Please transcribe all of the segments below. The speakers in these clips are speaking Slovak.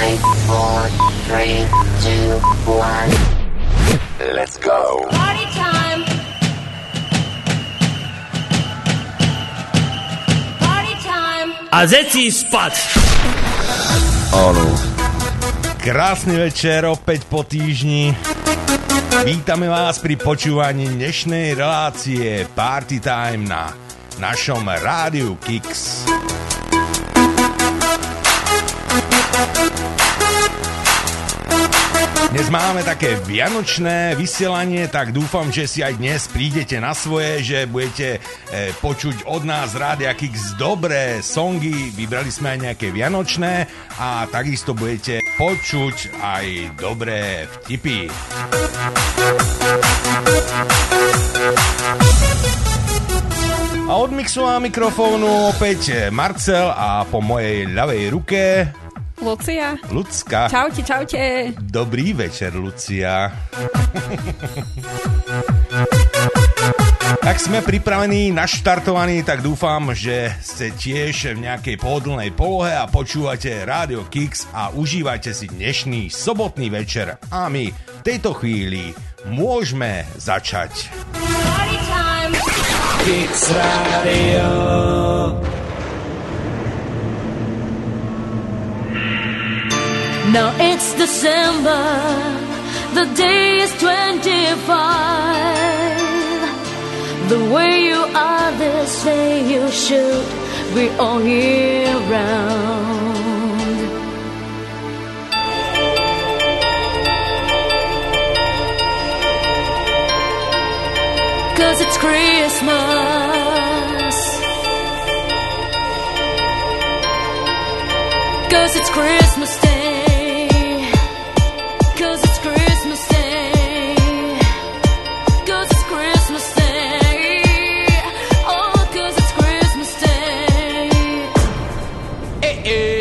5, 4, 3, 2, 1. Let's go. Party time. Party time. A zeci spať. Áno. Krásny večer opäť po týždni. Vítame vás pri počúvaní dnešnej relácie Party Time na našom rádiu Kix. Dnes máme také vianočné vysielanie, tak dúfam, že si aj dnes prídete na svoje, že budete počuť od nás Rádia Kix dobré songy, vybrali sme aj nejaké vianočné a takisto budete počuť aj dobré vtipy. A od mixu a mikrofónu opäť Marcel a po mojej ľavej ruke Lucia. Lucka. Čaute, čaute. Dobrý večer, Lucia. Tak sme pripravení, naštartovaní, tak dúfam, že ste tiež v nejakej pohodlnej polohe a počúvate Rádio Kix a užívajte si dnešný sobotný večer. A my v tejto chvíli môžeme začať. Party time. Kix Radio. Now it's December, the day is 25. The way you are, they say you should be all year round. Cause it's Christmas. Cause it's Christmas Day. Cause it's Christmas Day. Cause it's Christmas Day. Oh, cause it's Christmas Day. Hey, hey.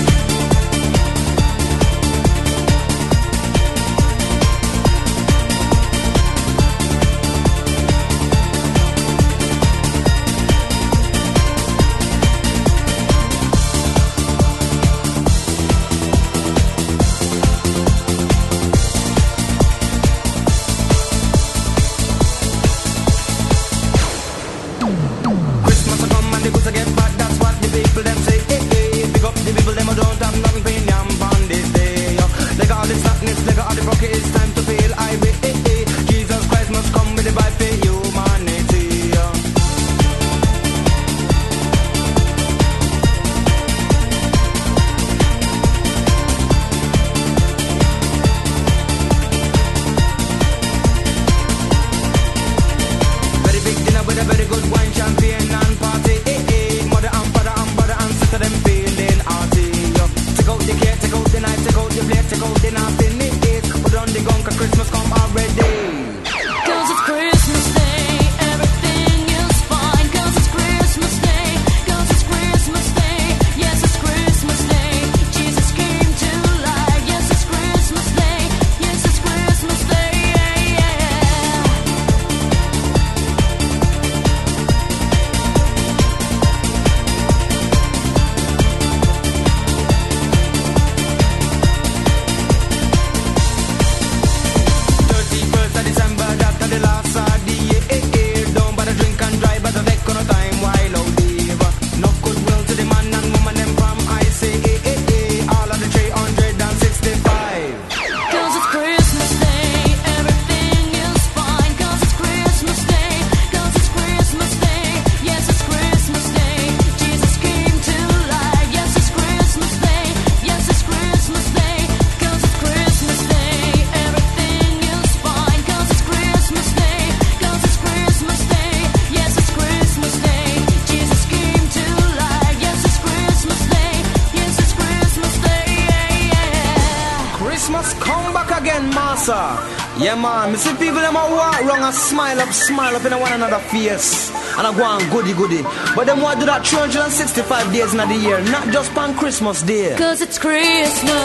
Yeah man, me see people them a walk wrong and smile up in one another face. And I go on goody. But them want to do that 365 days in the year, not just on Christmas Day. Cause it's Christmas.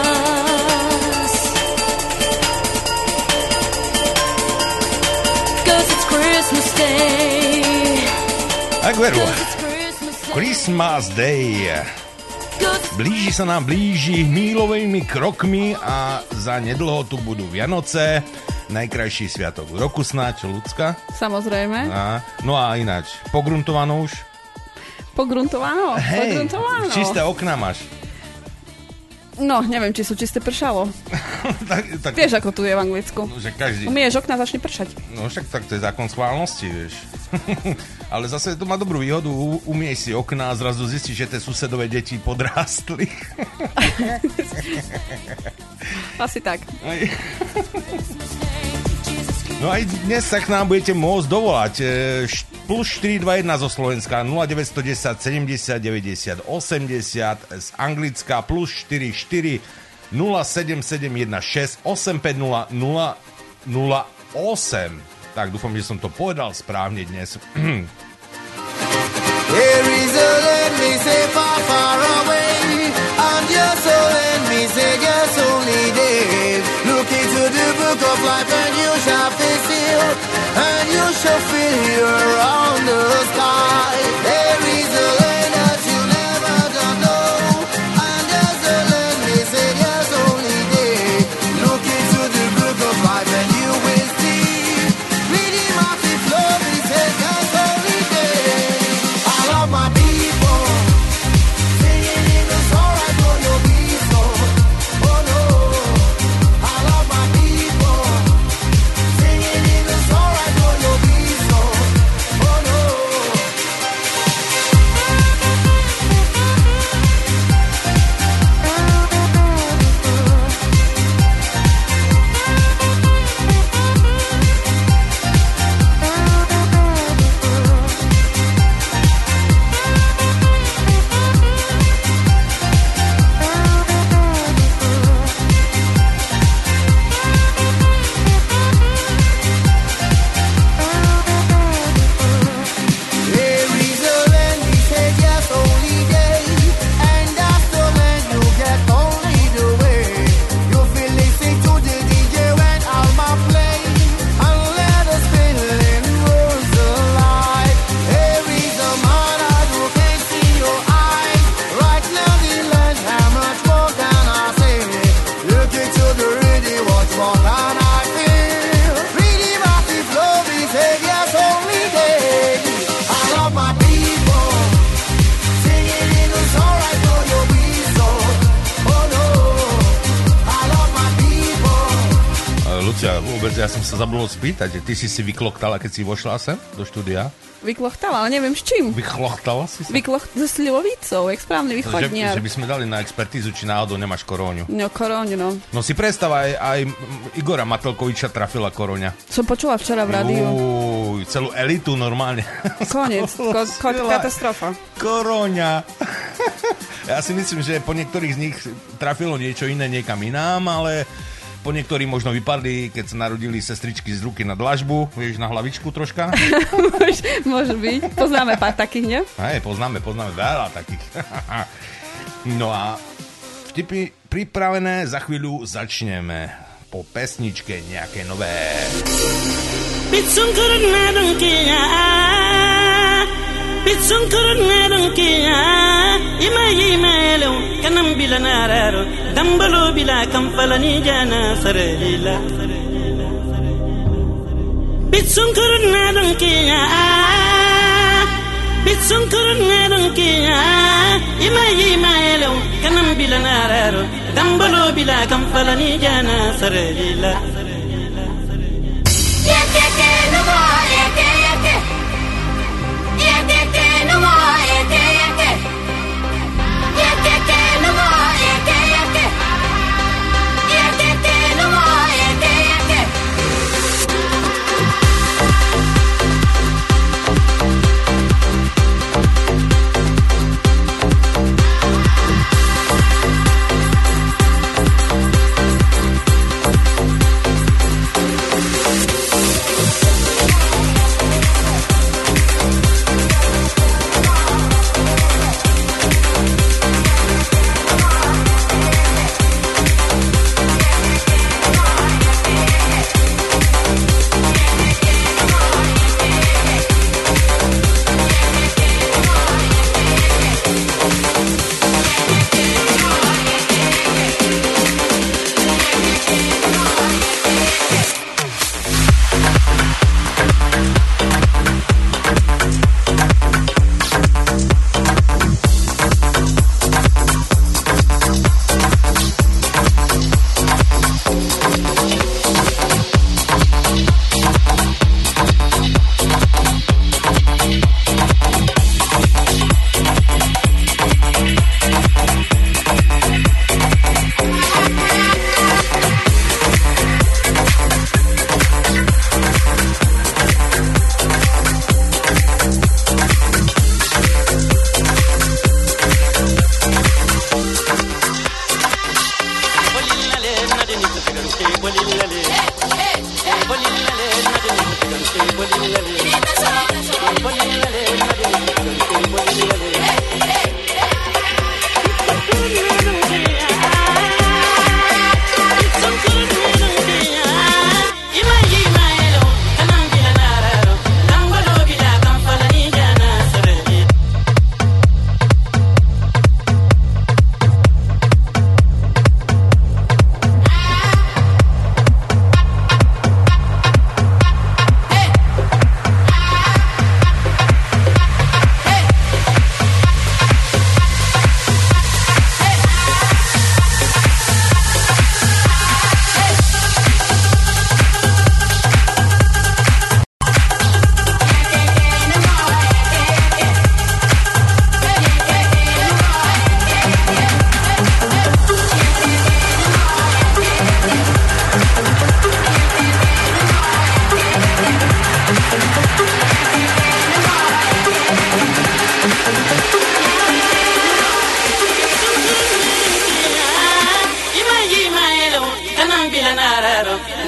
Cause it's Christmas Day. Tak veru. Christmas Day. Blíži sa nám mílovými krokmi a za nedlho tu budú Vianoce, najkrajší sviatok v roku snáď, ľudská. Samozrejme. No a ináč, pogruntovanú už? Pogruntovanú? Hej, čisté okná máš. No, neviem, či sú čisté pršalo. tak, Vieš, ako tu je v Anglicku. Že každý... Umieš okná, začne pršať. No však tak to je zákon schválnosti, vieš. Ale zase to má dobrú výhodu, umieš si okná a zrazu zistíš, že tie susedové deti podrástli. Asi tak. No aj dnes sa k nám budete môcť dovolať. Plus 421 zo Slovenska, 0910 70 90 80, z Anglicka plus 44 07716 850 008. Tak, dúfam, že som to povedal správne dnes. There is a land me say far, far away, and your soul and me say just only days. Look into the book of life and you shall face it, and you shall feel around the sky. There is a land that you never gonna know, and there's a land me say just only days. Look into the book of life and you will see, reading my flow, me say just only days. I love my people, singing in the song, I know you'll be so. Oh no, I love my people, singing in the song, I know you'll be so. Oh no. There is a land we say just only day, and that's the land you get only the way. You feel listening to the DJ when Alma play, and let us feel in words alive. There is a man who can see your eyes. Right now the land, how much more can I say? Look into the radio, what more can I feel? Reading about the flow, we say just only day. I love my people, singing in the song, I know you'll be so. Oh no, I love my people. Lucia, vôbec ja som sa zabudol spýtať, ty si vykloktala, keď si vošla sem do štúdia? Vyklochtala, ale neviem s čím. Vykloktala si sa? So slivovicou, jak správny východniar. Že by sme dali na expertízu, či náhodou nemáš koróňu. No, koróňu, no. No si predstav, aj Igora Matelkoviča trafila koróňa. Som počula včera v rádiu. Celú elitu normálne. Koniec, katastrofa. Koróňa. Ja si myslím, že po niektorých z nich trafilo niečo iné niekam inám, ale po niektorí možno vypadli, keď sa narodili sestričky z ruky na dlažbu, vieš, na hlavičku troška. Môže byť. Poznáme pár takých, ne? Hej, poznáme veľa takých. No a vtipy pripravené, za chvíľu začneme po pesničke nejaké nové. Bitsunkurun ngadon kiya ima yimelo kanam bila nararo dambalo bila kamfalani jana sarelila Bitsunkurun ngadon kiya Bitsunkurun ngadon kiya ima yimelo kanam bila nararo dambalo bila kamfalani jana sarelila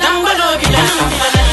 dambalo bila kam falani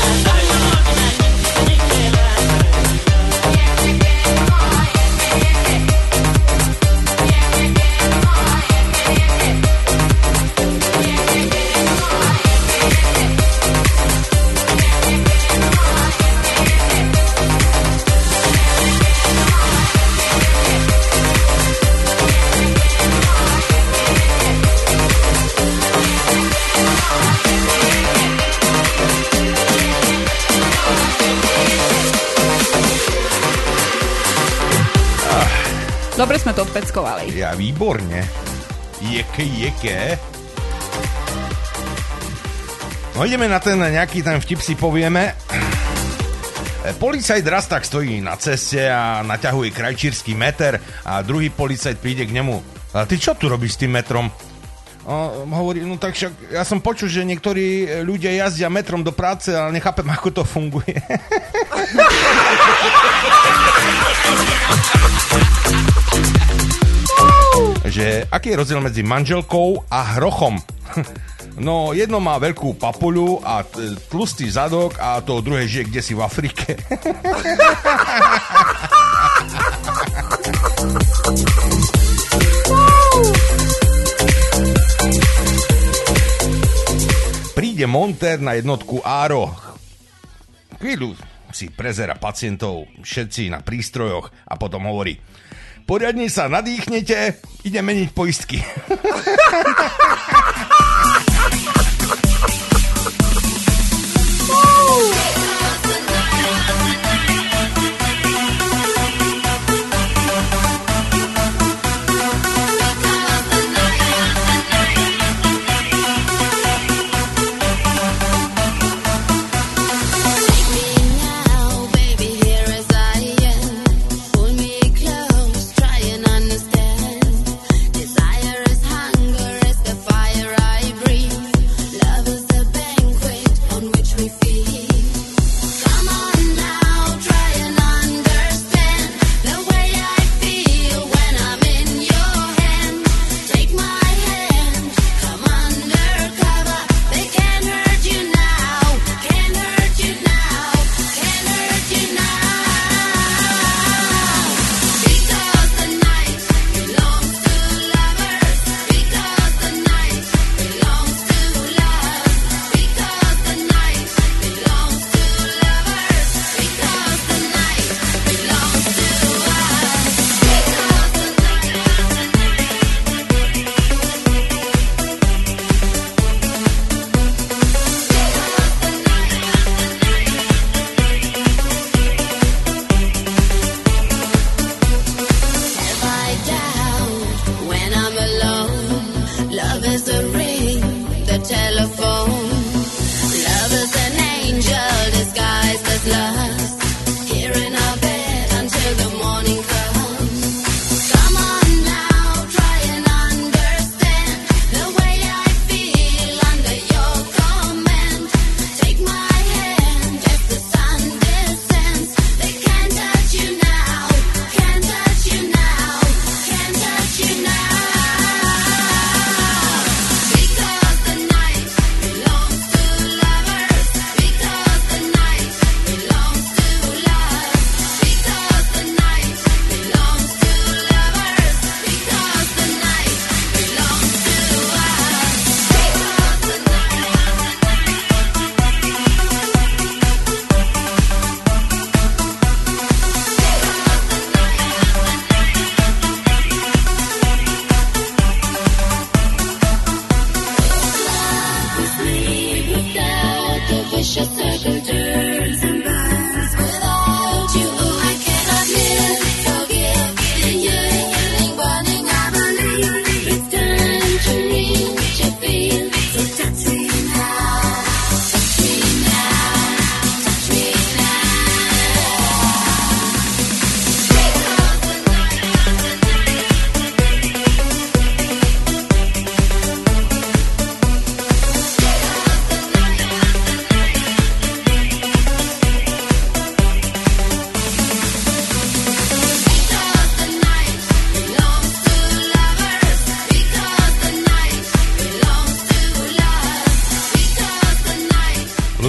Dobre sme to odpeckovali. Ja, výborne. Jeke. No ideme na ten nejaký ten vtip si povieme. Policajt raz tak stojí na ceste a naťahuje krajčírsky meter a druhý policajt príde k nemu. A ty čo tu robíš s tým metrom? Hovorí, no tak však ja som počul, že niektorí ľudia jazdia metrom do práce, ale nechápem, ako to funguje. Že aký je rozdiel medzi manželkou a hrochom? No, jedno má veľkú papuľu a tlustý zadok a to druhé žije kdesi v Afrike. Príde montér na jednotku Áro. Chvíľu si prezera pacientov, všetci na prístrojoch a potom hovorí: poriadne sa nadýchnete, ide meniť poistky. Desire is hunger, is the fire.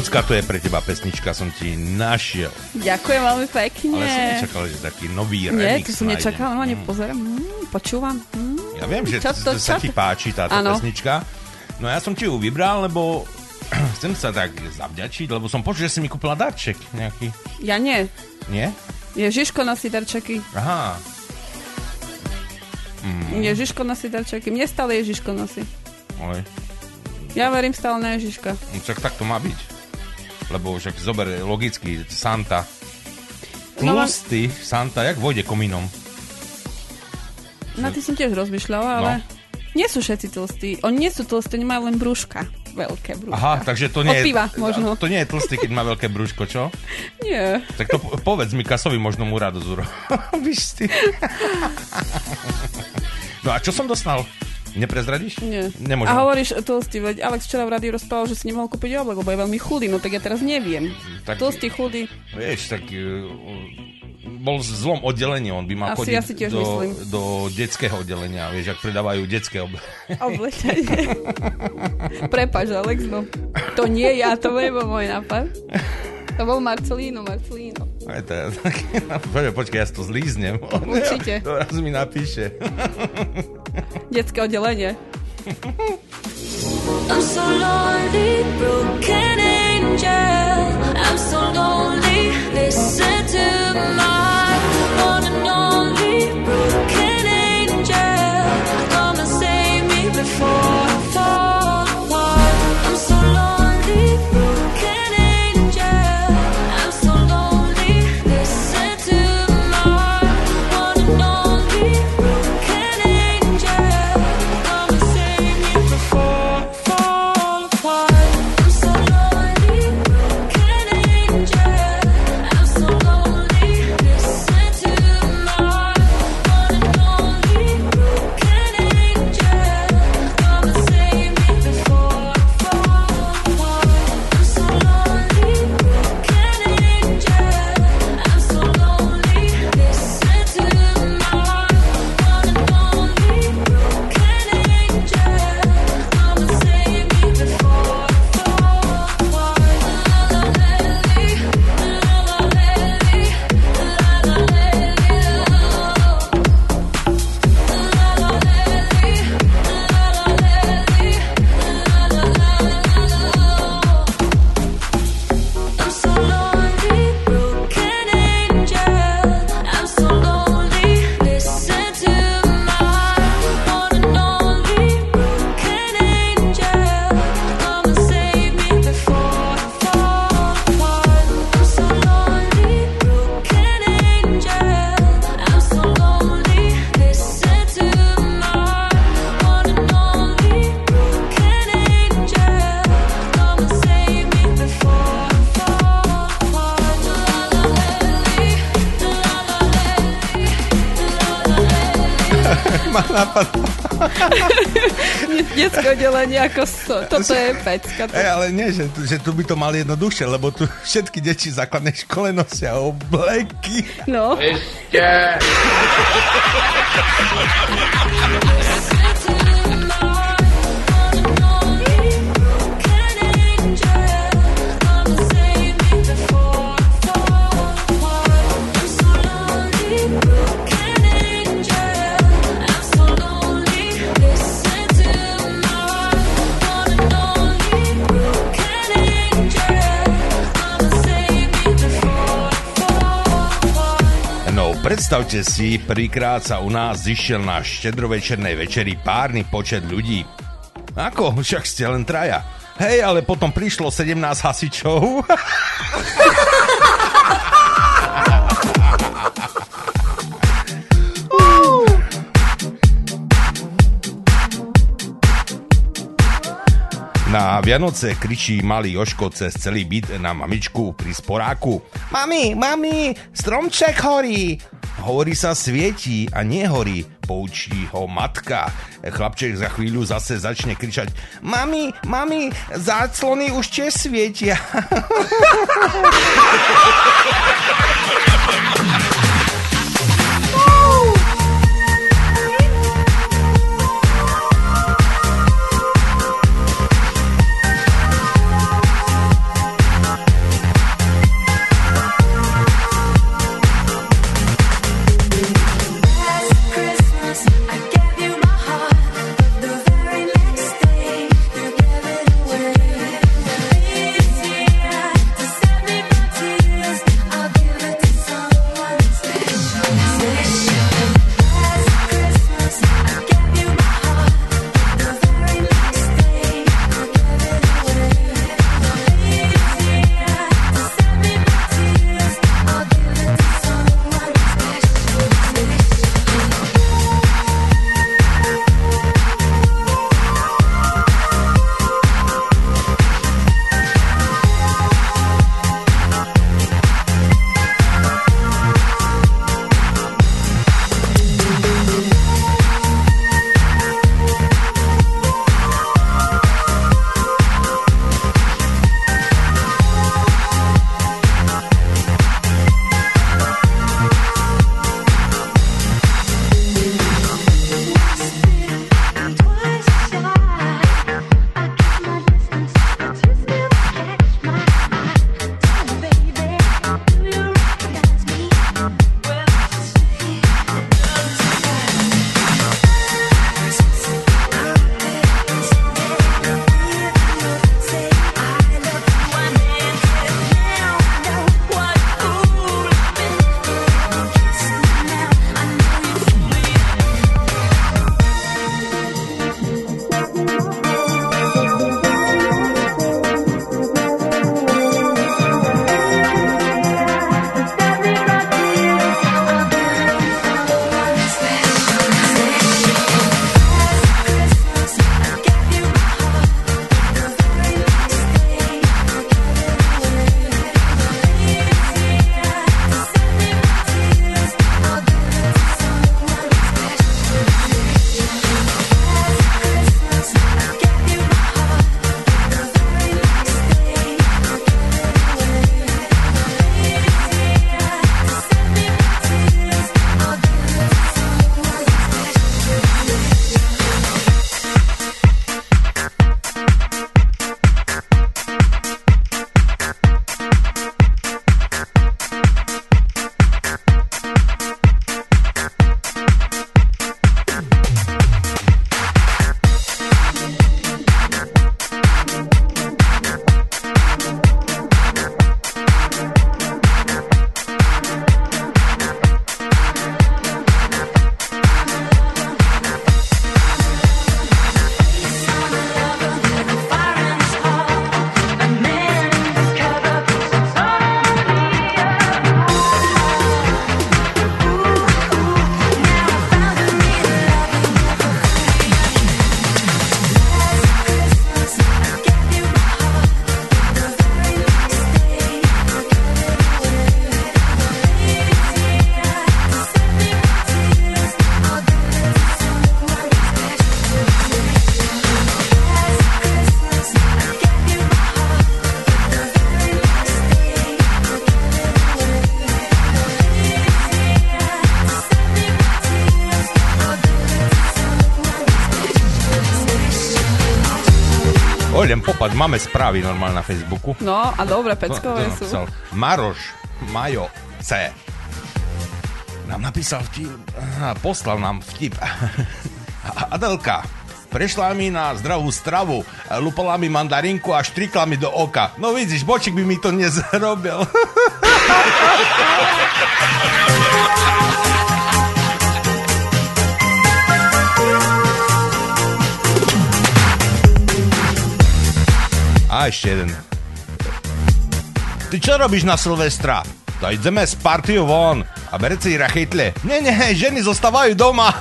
Zuzka, to je pre teba pesnička, som ti našiel. Ďakujem veľmi pekne. Ale som nečakal, že taký nový remix. Nie, to som nečakal, no pozerám, počúvam. Ja viem, že sa ti páči táto pesnička. No ja som ti ju vybral, lebo chcem sa tak zavďačiť, lebo som počul, že si mi kúpila darček nejaký. Ja nie. Nie? Ježiško nosí darčeky. Aha. Ježiško nosí darčeky. Mne stále Ježiško nosí. Oj. Ja verím stále na Ježiška. Však tak to má byť. Lebo však zober logicky Santa. Tlustý Santa, jak vojde komínom. Na tým som tiež rozmýšľala, ale nie sú všetci tlstí. Oni nie sú tlstí, oni majú len brúška. Veľké brúška. Aha, takže to nie od piva, možno. To nie je tlstý, keď má veľké brúško, čo? Nie. Tak to povedz mi Kasovi, možno mu radosť urobí. Víš ty. No a čo som dostal? Neprezradíš? Nie. Nemôžem. A hovoríš tlstý, veď Alex včera v rádiu rozprával, že si nemohol kúpiť oblek, lebo je veľmi chudý, no tak ja teraz neviem. Tlstý, chudý. Vieš, tak bol v zlom oddelení, on by mal chodiť do detského oddelenia, vieš, ak predávajú detské oblečenie. Prepáč, Alex, no. To nie ja, to nebol môj nápad. To bol Marcelino. Počkaj, ja si to zlíznem. Určite. To raz mi napíše. Detské oddelenie. I'm so lonely, broken angel. I'm so lonely, listen to my one and only broken angel. Come and save me before I fall apart. I'm so lonely, broken angel. I'm so lonely, listen to my one and only broken angel. Come and save me before I fall apart. I'm so lonely, broken angel. I'm so lonely, listen to my one and only broken angel. Come and save me before I fall apart. I'm so lonely, broken angel. I'm so lonely, listen to my one and only broken angel. Come and save me before I fall I'm so lonely, broken angel. I'm so lonely, listen to my one and only broken angel. Come and save me before I fall apart. I'm so lonely, broken angel. I'm so lonely, listen to my one and only broken angel. Come and save me before I fall apart. Má nápad. Detské oddelenie ako toto je pecka. Ale nie, že tu by to mali jednoduchšie, lebo tu všetky deti v základnej škole nosia obleky. No. Predstavte si, prvýkrát sa u nás zišiel na štedrovečernej večeri párny počet ľudí. Ako? Však ste len traja. Hej, ale potom prišlo 17 hasičov. Na Vianoce kričí malý Jožko cez celý byt na mamičku pri sporáku. Mami, stromček horí. Hovorí sa svieti a nehorí, poučí ho matka. Chlapček za chvíľu zase začne kričať: Mami, záclony už tiež svietia. Len popad, máme správy normálne na Facebooku. No a dobre, peckové sú. napísal Maroš Majo C. Nám napísal vtip, poslal nám vtip. Adelka, prešla mi na zdravú stravu, lupala mi mandarinku a štrikla mi do oka. No vidíš, bočík by mi to nezrobil. A ešte jeden. Ty čo robíš na Silvestra? To ideme z partiu von a berete si rachytle. Nie, ženy zostávajú doma.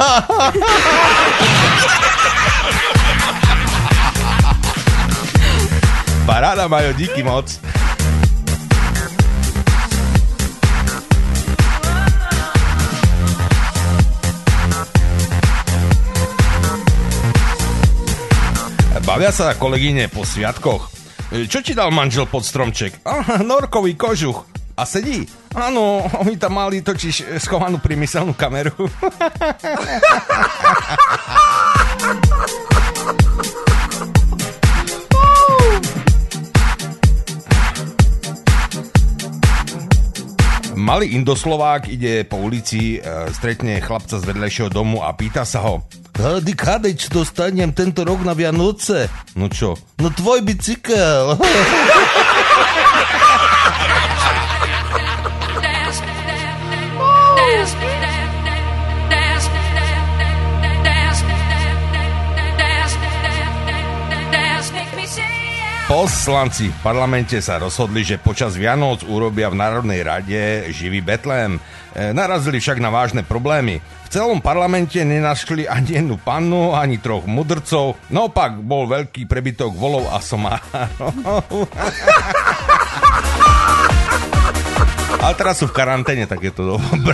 Paráda, Majo, díky moc. Bavia sa kolegyne po sviatkoch. Čo ti dal manžel pod stromček? Norkový kožuch. A sedí? Áno, oni tam mali totiž schovanú priemyselnú kameru. Malý Indoslovák ide po ulici, stretne chlapca z vedľajšieho domu a pýta sa ho: Hady, kadeč dostanem tento rok na Vianoce? No čo? No tvoj bicykel. Poslanci v parlamente sa rozhodli, že počas Vianoc urobia v Národnej rade živý Betlém. Narazili však na vážne problémy. V celom parlamente nenašli ani jednu pannu, ani troch mudrcov. Naopak bol veľký prebytok volov a somárov. Ale teraz sú v karanténe, tak je to dobré.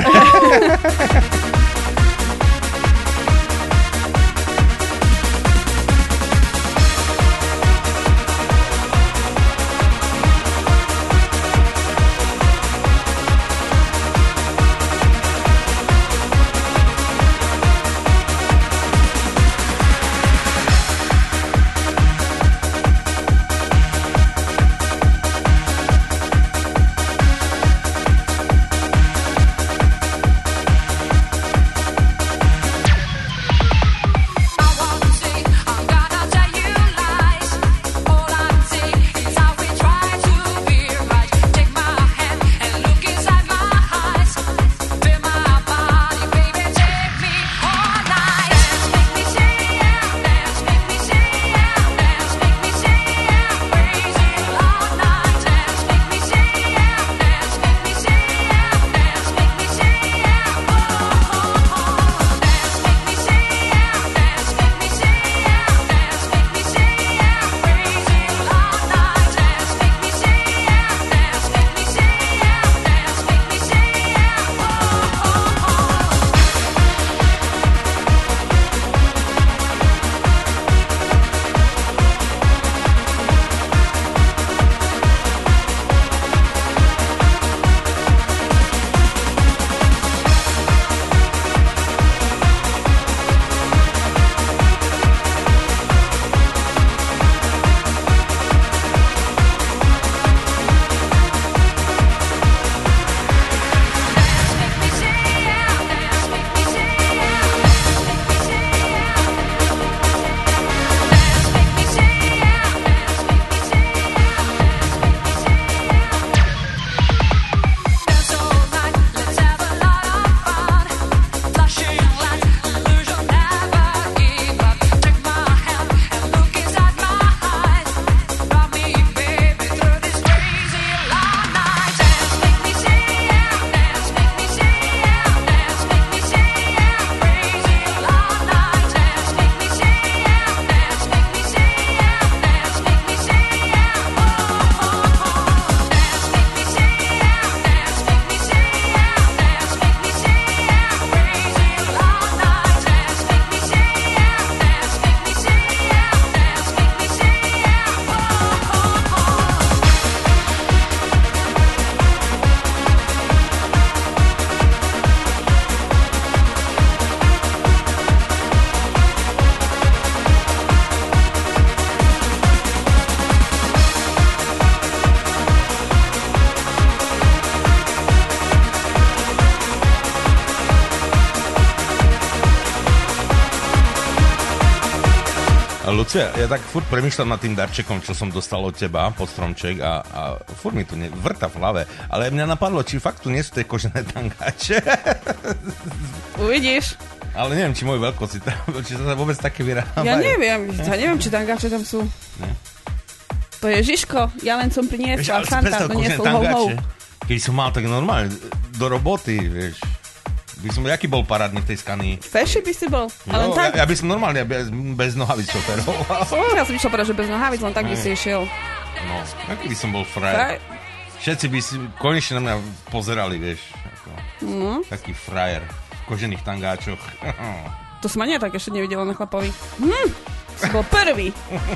Lucia, ja tak furt premýšľam nad tým darčekom, čo som dostal od teba pod stromček a furt mi to vrta v hlave, ale mňa napadlo, či fakt tu nie sú tie kožené tangáče. Uvidíš. Ale neviem, či moje veľkosti, či sa vôbec také vyrábajú. Ja neviem, či tangáče tam sú. Ne? To je Žižko, ja len som priniesla, Santa doniesol ho. Keď som mal tak normálne do roboty, vieš. Jaký bol parádny v tej Skanii? Feši by si bol, ale no, tak. Ja by som normálne bez nohavíc šoferoval. Ja som išiel povedať, že bez nohavíc, len tak by si išiel. No, aký by som bol frajer. Všetci by si konečne na mňa pozerali, vieš. Taký frajer v kožených tangáčoch. To som ani tak ešte nevidela na chlapovi. Si bol prvý.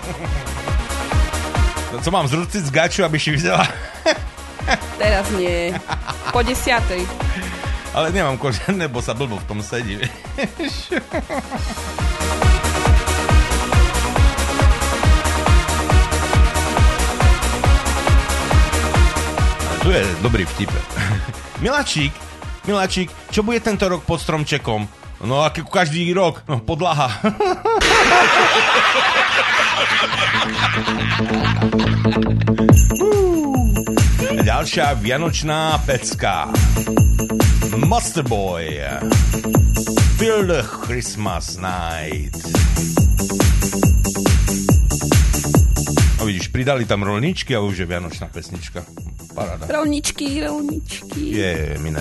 Co mám zrúciť z gaču, aby si videla? Teraz nie. Po 10:00. Ale nemám kožené, bo sa blbo v tom sedí, vieš. Tu je dobrý vtip. Miláčik, čo bude tento rok pod stromčekom? No, ako každý rok, no, podlaha. Ďalšia vianočná pecka. Monster Boy, Feel the Christmas Night. No vidíš, pridali tam rolničky a už je vianočná pesnička. Paráda. Rolničky. Je, mine.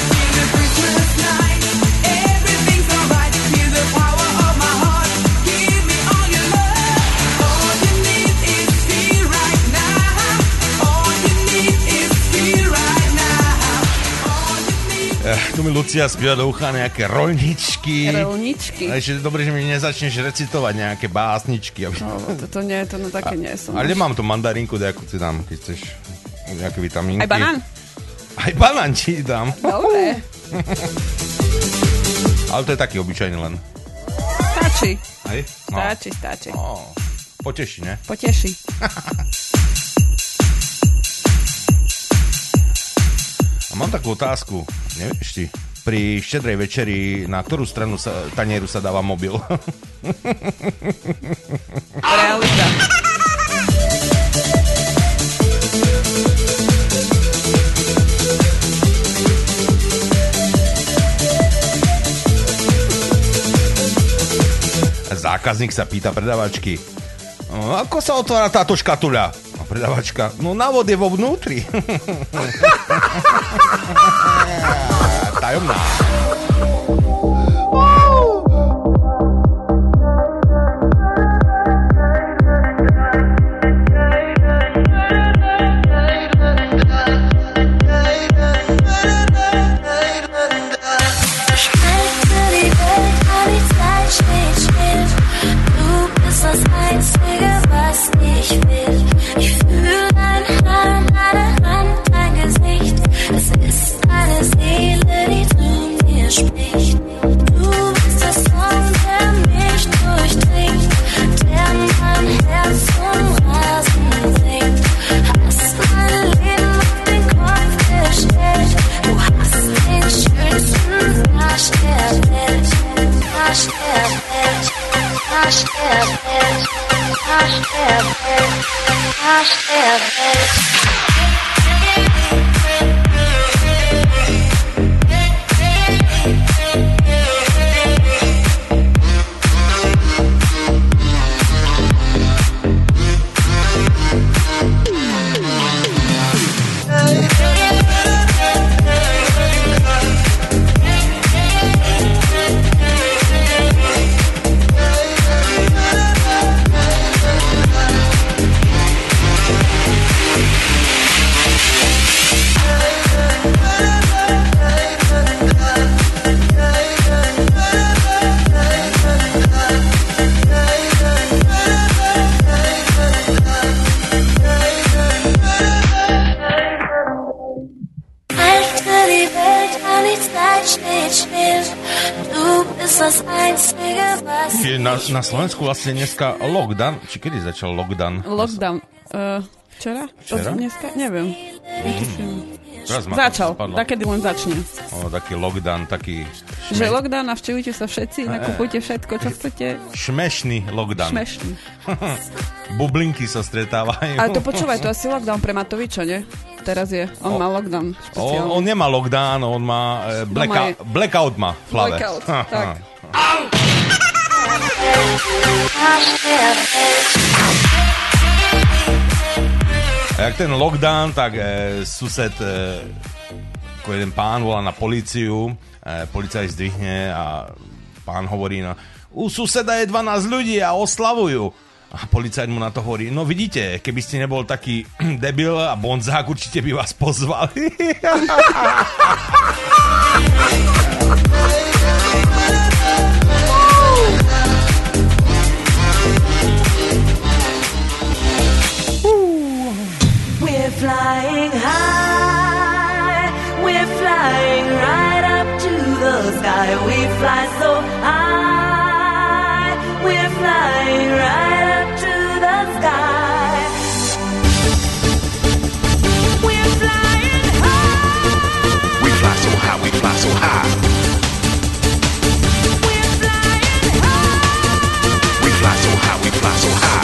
Give Lucia spieva do ucha nejaké rolničky. Rolničky. A ešte dobre, že mi nezačneš recitovať nejaké básničky. No, to nie, to také nie som. Ale nemám tu mandarinku, nejakú ti dám, keď chceš nejaké vitamínky. Aj banán? Aj banán ti dám. Dobre. Ale to je taký obyčajný len. Stačí. Hej? No. Stačí. Poteší, ne? Poteší. A mám takú otázku, nevieš ty, pri štedrej večeri, na ktorú stranu tanieru sa dáva mobil? Realita. Zákazník sa pýta predavačky, ako sa otvára táto škatuľa? A predavačka, no návod je vo vnútri. Tajomná. Das Einzige, was ich will. Ich fühle dein Haar, deine Hand, dein Gesicht. Es ist eine Seele, die zu mir spricht. Du bist der Song, der mich durchdringt, der mein Herz zum Rasen bringt. Hast mein Leben auf den Kopf gestellt. Du hast den schönsten Arsch der Welt. Arsch der Welt. Arsch der Welt, Arsch der Welt, Arsch der Welt. Na Slovensku vlastne dneska lockdown. Či kedy začal lockdown? Lockdown. Včera? Včera? Dneska? Neviem. Začal. Takedy len začne. Taký lockdown, taký... Že lockdown, navštevujte sa všetci, nakupujte všetko, čo chcete. Šmešný lockdown. Šmešný. Bublinky sa stretávajú. Ale to počúvaj, to asi lockdown pre Matoviča, nie? Teraz je. On má lockdown. On nemá lockdown, on má blackout má v hlave. Blackout, tak. A jak ten lockdown, tak sused, ako jeden pán volá na políciu, policajt zdvihne a pán hovorí, no, u suseda je 12 ľudí a oslavujú. A policajt mu na to hovorí, no vidíte, keby ste nebol taký debil a bonzák, určite by vás pozvali. We're flying high, we're flying right up to the sky. We fly so high, we're flying right up to the sky. We're flying high. We fly so high, we fly so high. We're flying high. We fly so high, we fly so high.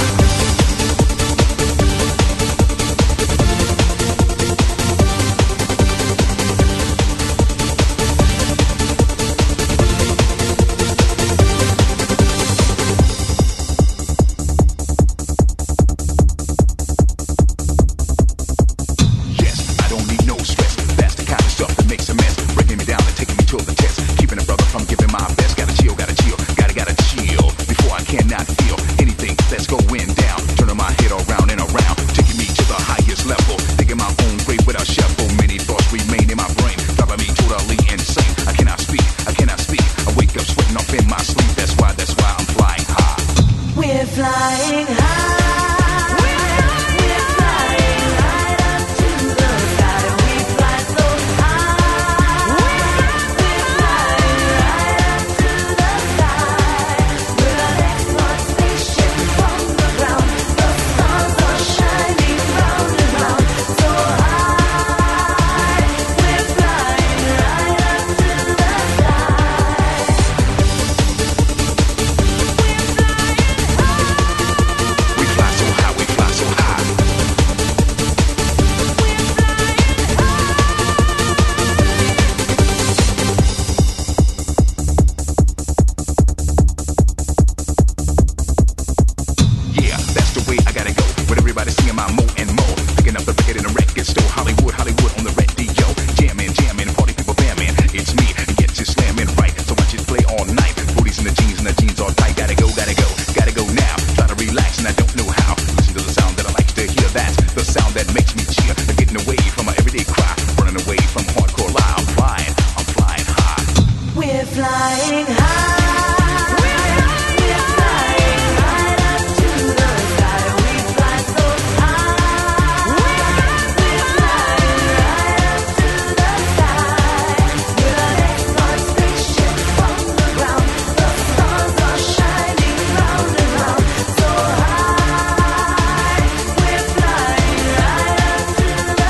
flying high. We're flying right up to the sky. We fly so high. We're flying right up to the sky. We're an export spaceship from the ground. The stars are shining round and round. So high. We're flying right up to the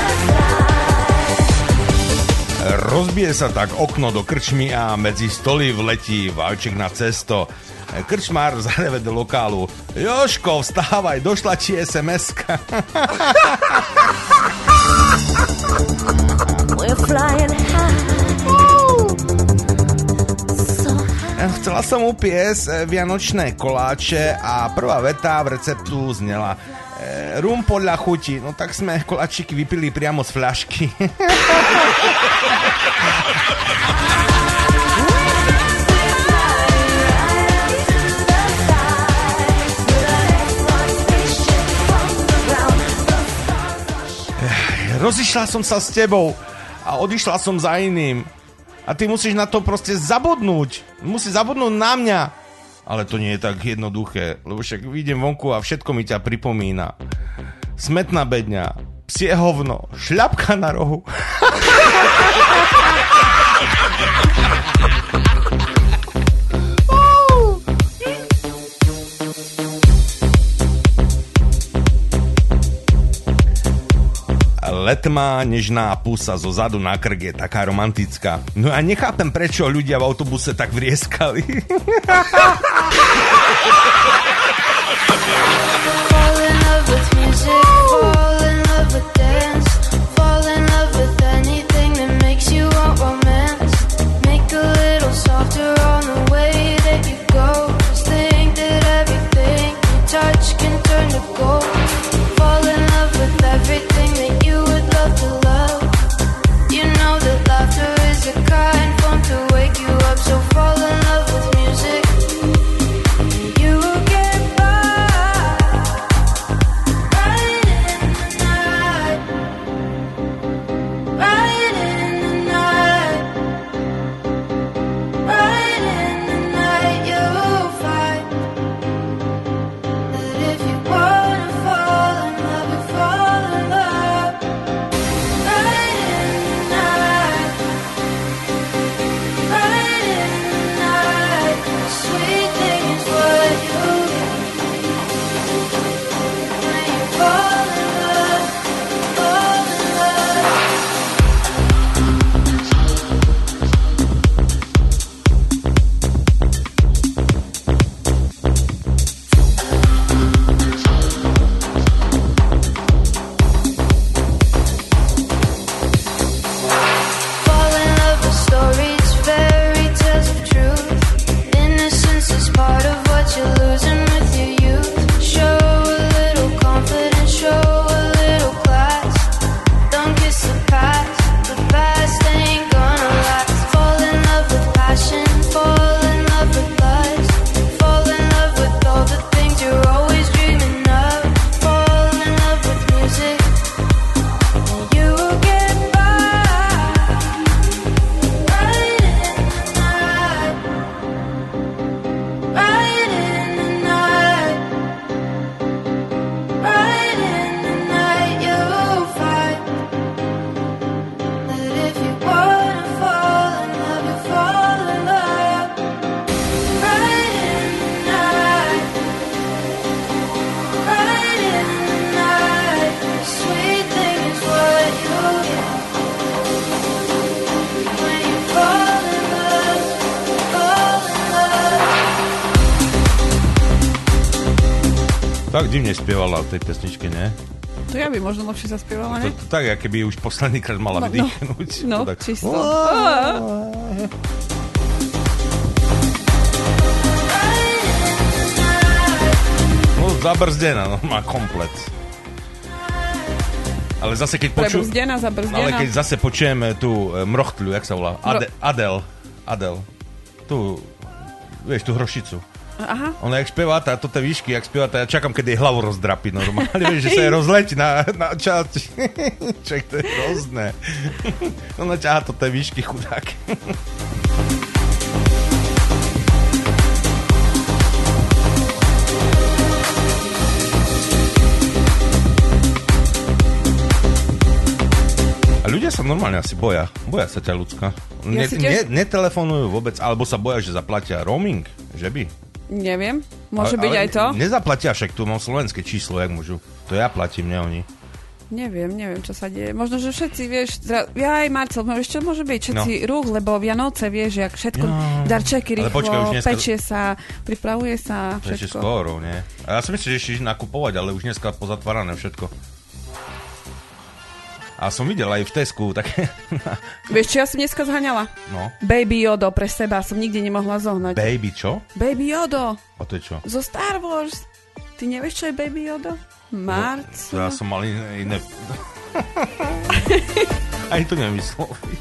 sky. Rozbije sa tak okno do krčmy a medzi stoly vletí valček na cesto. Krčmár zareve do lokálu. Jožko, vstávaj, došla ti SMS-ka. We're flying high. Chcela som upiesť vianočné koláče a prvá veta v receptu znela rum podľa chuti. No tak sme koláčiky vypili priamo z fľašky. Rozišla som sa s tebou a odišla som za iným. A ty musíš na to proste zabudnúť. Musíš zabudnúť na mňa. Ale to nie je tak jednoduché, lebo však vidím vonku a všetko mi ťa pripomína. Smetná bedňa, psie hovno, šľapka na rohu. Letmá, nežná pusa zo zadu na krk je taká romantická. No a nechápem, prečo ľudia v autobuse tak vrieskali. Fall in love with music, fall in love with dance, fall in love with anything that makes you want romance. Make a little softer on the way that you go. Just think that everything you touch can turn to gold. Fall in love with everything that you would love to love. You know that laughter is a kind fun to wake you up. So fall in love with music. You will get by right in the night, right in the night, right in the night. You'll find that if you wanna fall in love, you fall in love. Right in the night, right in the night. The sweet thing is what you get when you fall in love, fall in love. Fall in love with stories, fairy tales of truth. Innocence is part of what you're losing with your youth. Show a little confidence, show a little class. Don't kiss the past ain't gonna last. Fall in love with passion, fall in love with lust. Fall in love with all the things you're always dreaming of. Fall in love with music, and you will get by. Right in the night, right in the night, right in the night. You'll find that if you wanna fall in love, you fall in love. Right in the night, right in the night. The sweet thing is what you get when you fall in love, fall in love. Tak divne spievala v tej pesničke, nie? To ja by možno lepšie zaspievala, ne? To tak, keby už posledný krát mala vydýchnúť. No, To tak... čisto. No, zabrzdená, no, má komplet. Ale zase keď počujem... Prebrzdená, zabrzdená. Ale keď zase počujeme tú mrochtľu, jak sa volá? Adel. Tu, vieš, tú hrošicu. Aha. Ona jak spieva tá, toto výšky, jak spieva tá, ja čakám, keď jej hlavu rozdrapí normálne, vieš, že sa jej rozletí na časť. Čak, to je hrozné. Ona ťahá to tie výšky, chudák. A ľudia sa normálne asi boja. Boja sa ťa, ľudská. Netelefonujú vôbec, alebo sa boja, že zaplatia roaming, že by? Neviem, môže byť aj to. Nezaplatia, však tu mám slovenské číslo, jak môžu. To ja platím, ne oni. Neviem, čo sa deje. Možno, že všetci, vieš, aj Marcel, ešte môže byť všetci ruch, lebo Vianoce, vieš, jak všetko, darčeky rýchlo, pečie sa, pripravuje sa, všetko. Ešte skoro, nie? A ja som myslel, že ešte nakupovať, ale už dneska pozatvárané všetko. A som videl aj v Tesku také... Vieš, čo ja som dneska zhaňala? No. Baby Yoda pre seba som nikdy nemohla zohnať. Baby čo? Baby Yoda. A to je čo? Zo Star Wars. Ty nevieš, čo je Baby Yoda? Marco. No, ja som mal iné... Ani to neviem vysloviť.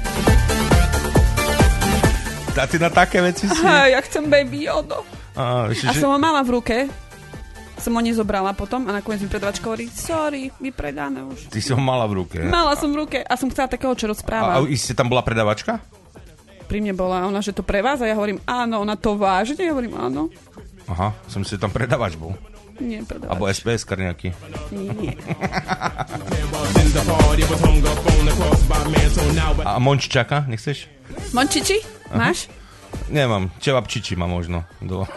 A ty na také veci si... Aha, ja chcem Baby Yoda. A som ho mala v ruke. Som ho nezobrala potom a nakoniec mi predavačka hovorí, sorry, vypredané už. Ty si ho mala v ruke. Mala som v ruke a som chcela takého, čo rozpráva. A iste tam bola predavačka? Pri mne bola ona, že to pre vás a ja hovorím áno, ona to vážne, ja hovorím áno. Aha, som si tam predavač bol. Nie, predavač. Abo SPS-kar nejaký. Nie. A Mončičaka, nechceš? Mončiči? Máš? Nemám, čevapčiči má možno.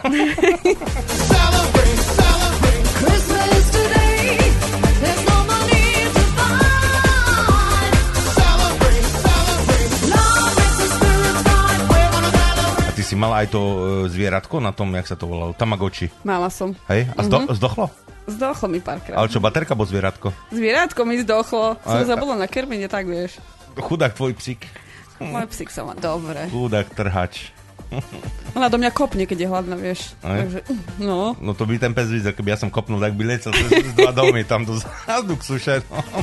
Ty si mala aj to zvieratko na tom, jak sa to volalo? Tamagotchi. Mala som. Hej? A zdochlo? Zdochlo mi párkrát. Ale čo, baterka, bo zvieratko? Zvieratko mi zdochlo. Som zabudla na krmenie, tak vieš. Chudák tvoj psík. Môj psík sa má dobre. Chudák trhač. Ona do mňa kopne, keď je hladná, vieš. Takže, no. No to by ten pes videl, keby ja som kopnul, tak by lecel cez 2 domy, tam do zázdu k suše.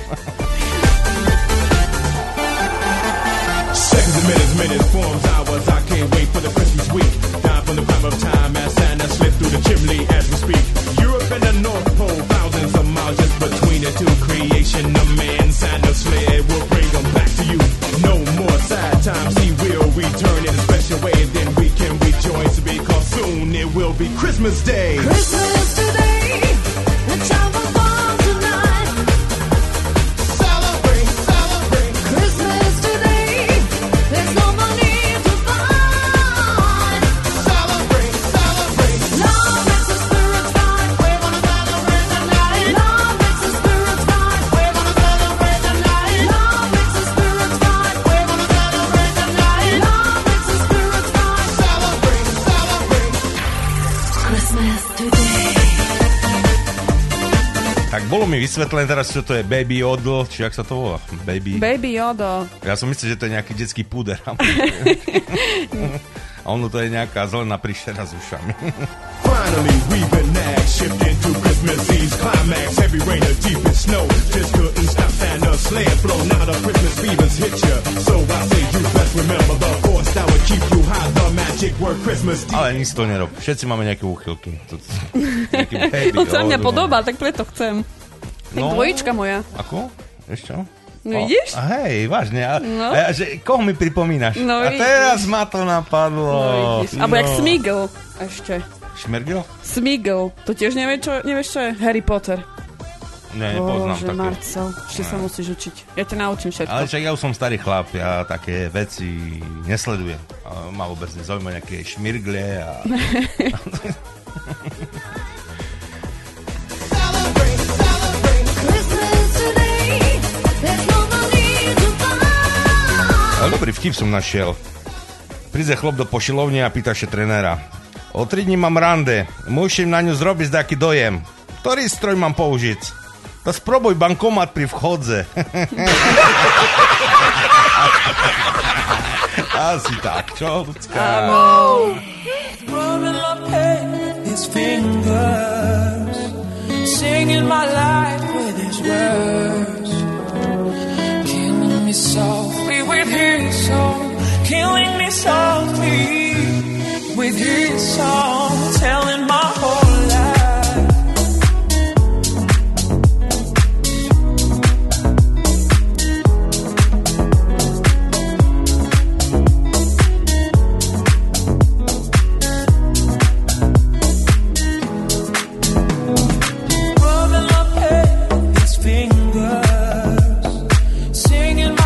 Seconds, minutes, forms, hours. I can't wait for the Christmas week. Time from the prime of time as Santa slipped through the chimney as we speak. Europe and the North Pole, thousands of miles just between the two. Creation of man, Santa sled will bring them back to you. No more sad times, he will return in a special way. And then we can rejoice because soon it will be Christmas Day. Christmas today, the child was born tonight. Celebrate, celebrate. Christmas today, there's no money to buy. Celebrate, celebrate. Love makes the spirits bright. We're gonna celebrate tonight. Love makes the spirits bright. We're gonna celebrate tonight. Love makes the spirits bright. We're gonna celebrate tonight. Love makes the spirits bright. Celebrate, celebrate. Christmas today. Tak bolo mi vysvetlené teraz, čo to je Baby Yoda, či jak sa to volá? Baby Yoda. Ja som myslel, že to je nejaký detský púder. A ono to je nejaká zelená príšera s ušami. Finally, we've been next, shifting to Christmas Eve's climax. Heavy rain or deepest snow, just couldn't stop Santa's sled flow. Now the Christmas fevers hit ya, so I say you best remember the force that would keep you high. The magic word Christmas. Ale nic to nerob. Všetci máme nejaké úchylky. To sa mňa podobá, tak preto chcem. Tak dvojička moja. Ako? Ešte čo? No vidíš? A hej, vážne. A že, koho mi pripomínaš? No, a teraz ma to napadlo. No vidíš. Abo jak Smigl ešte. Šmergel? Smigl. To tiež nevieš, čo je? Harry Potter. Ne, nepoznám také. Marcel, ešte sa musíš učiť. Ja ťa naučím všetko. Ale však ja už som starý chlap, ja také veci nesledujem. Ma vôbec nezaujíma nejaké šmirgle a... Ale dobrý vtip som našiel. Príde chlop do pošilovne a pýta sa trenéra. O 3 dní mám rande, musím na ňu zrobiť taký dojem. Ktorý stroj mám použiť? To spróbuj bankomat pri vchodze. Asi tak, čo, ľudská? Áno. His fingers, singing my life with his words, killing me softly with his song, killing me softly with his song, telling my whole life. Rubbing my head, his fingers, singing my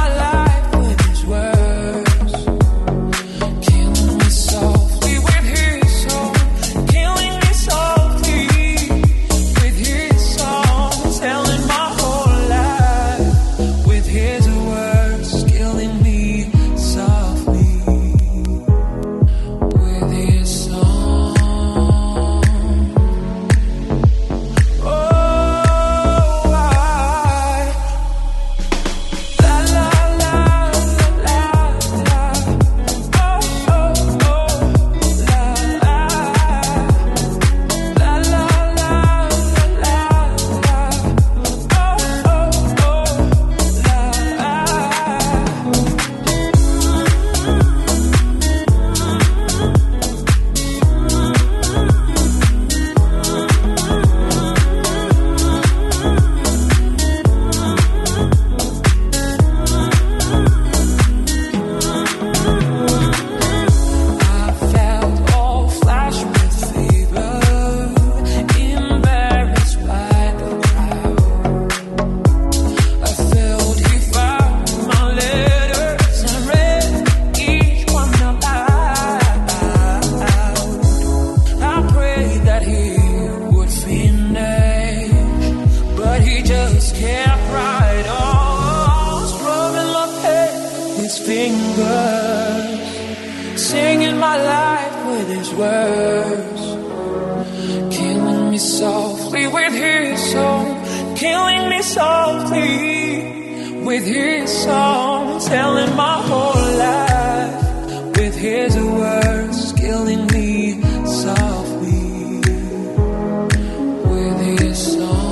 singing my life with his words, killing me softly with his song, killing me softly with his song, telling my whole life with his words, killing me softly with his song.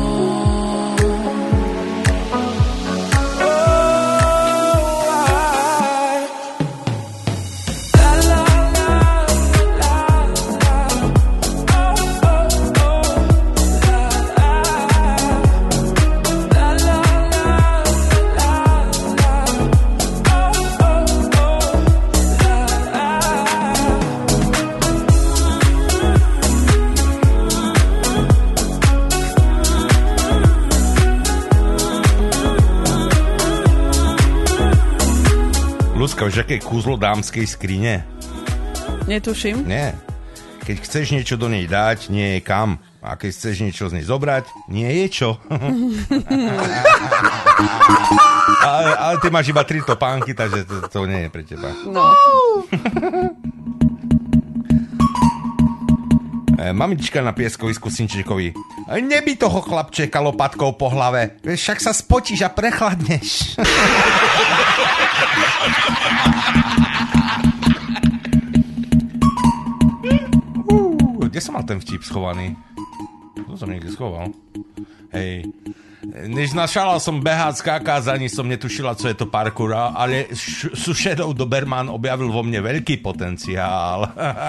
Luzka, už aké kúzlo dámskej skrine? Netuším. Nie. Keď chceš niečo do nej dať, nie je kam. A keď chceš niečo z nej zobrať, nie je čo. ale ty máš iba 3 topánky, takže to nie je pre teba. No. Mamička na pieskovisku synčekovi. Neby toho chlapčeka lopatkou po hlave. Však sa spotíš a prechladneš. Kde som mal ten vtip schovaný? To som niekde schoval. Hej. Než našalal som behať, skákať, ani som netušila, co je to parkour, ale sušedov Doberman objavil vo mne veľký potenciál.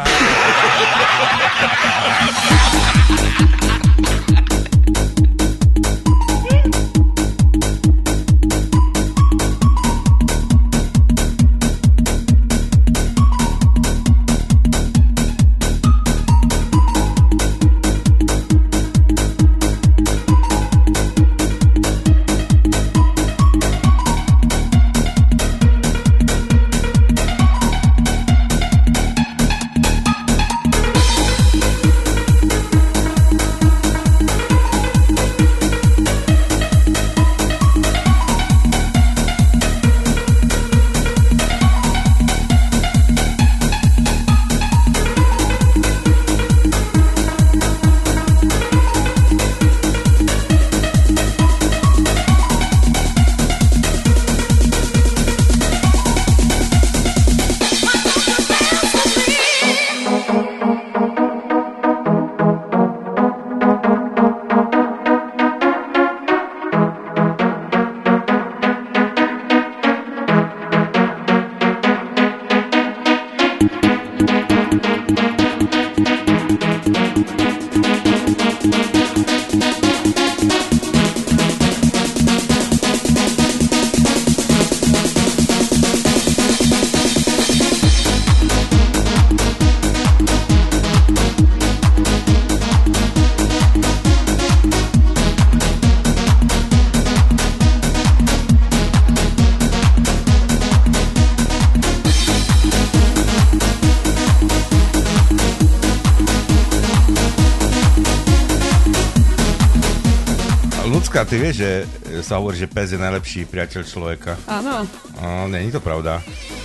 Ty vieš, že sa hovorí, že pes je najlepší priateľ človeka. Áno. Není to pravda.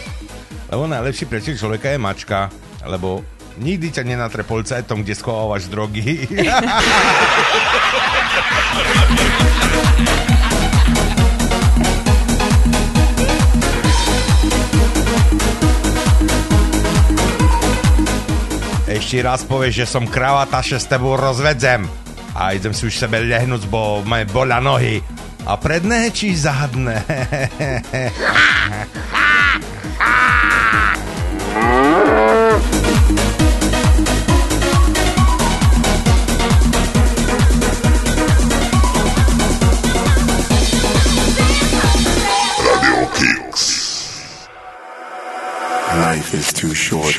Lebo najlepší priateľ človeka je mačka, lebo nikdy ťa nenatre policajtom, kde schovávaš drogy. Ešte raz povieš, že som kravata, že s tebou rozvedzem. A idem si už sebe lehnúť, bo ma bolia nohy. A predné či zadné? Radio Kicks. Life is too short.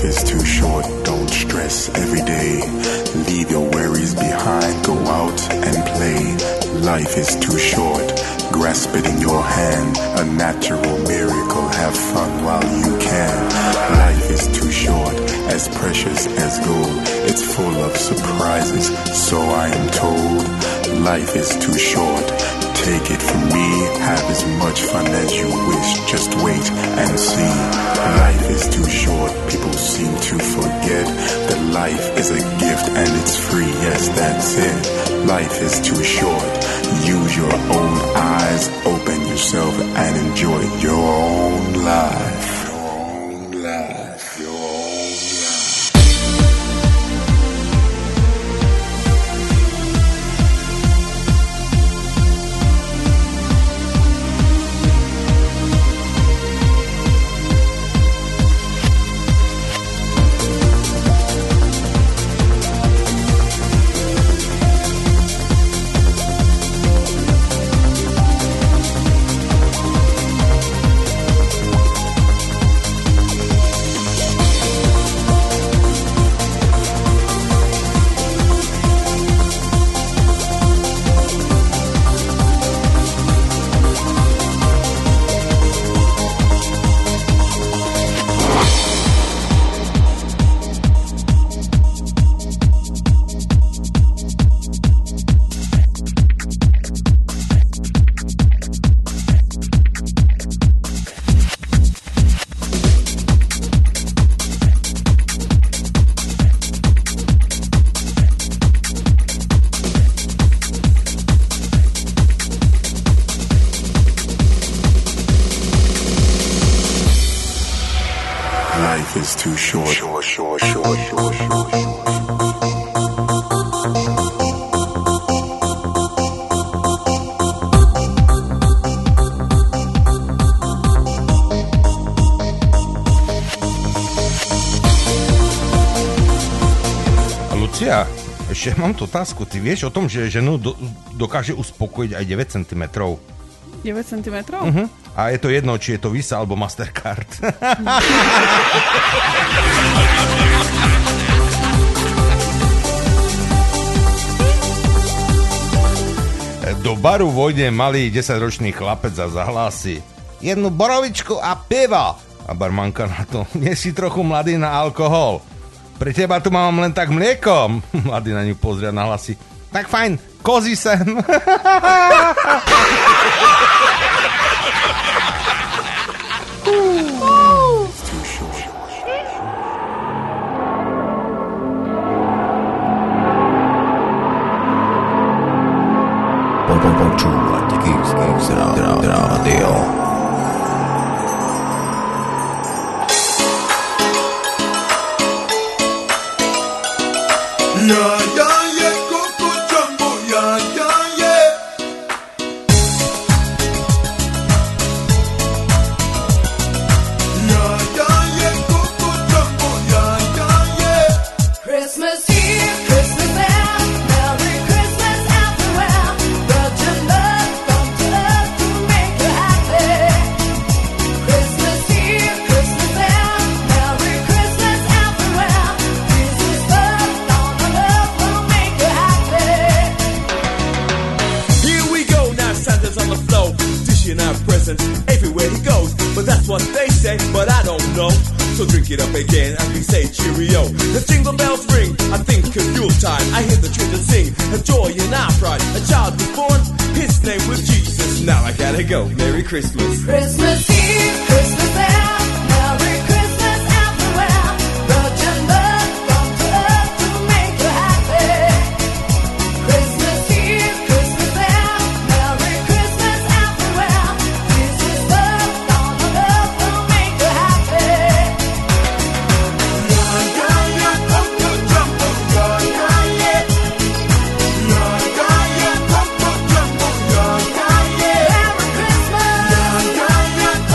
is too short, don't stress every day. Leave your worries behind, go out and play. Life is too short, grasp it in your hand. A natural miracle, have fun while you can. Life is too short, as precious as gold. It's full of surprises, so I am told. Life is too short, take it from me. Have as much fun as you wish, just wait and see. Life is too short, people seem to forget that life is a gift and it's free, yes, that's it. Life is too short, use your own eyes, open yourself and enjoy your own life. Ešte mám tú otázku. Ty vieš o tom, že ženu dokáže uspokojiť aj 9 cm? 9 cm? A je to jedno, či je to Visa alebo Mastercard. Do baru vojde malý 10-ročný chlapec a zahlási: jednu borovičku a pivo. A barmanka na to: nie si trochu mladý na alkohol. Pre teba tu mám len tak mlieko. Mladý na ňu pozrie a nahlasí: tak fajn, kozí sem. Počúvate Kings Radio. Yeah, yeah, yeah, Coco Jumbo, yeah, yeah, yeah. Yeah, yeah, yeah, Coco Jumbo, yeah, yeah, yeah. Christmas Eve, Christmas there, Merry Christmas everywhere. Virgin love, come to love to make you happy. Christmas Eve, Christmas there, Merry Christmas everywhere. Jesus love, down on love will make you happy. Here we go, now Santa's on the floor, dishing out presents everywhere he goes. But that's what they say, but I don't know. So drink it up again and we say cheerio. The jingle bells ring, I think of Yuletide. I hear the children sing, a joy in our pride. A child was born, his name was Jesus. Now I gotta go, Merry Christmas. Christmas Eve, Christmas there, Merry Christmas everywhere. Virgin love, come to love to make you happy. Christmas Eve, Christmas there, Merry Christmas everywhere. Jesus love, down on love will make you happy. Yeah, yeah, yeah, Coco Jumbo, yeah, yeah, yeah. Yeah, yeah, yeah, Coco Jumbo, yeah, yeah, yeah. Merry Christmas. Yeah, yeah, yeah,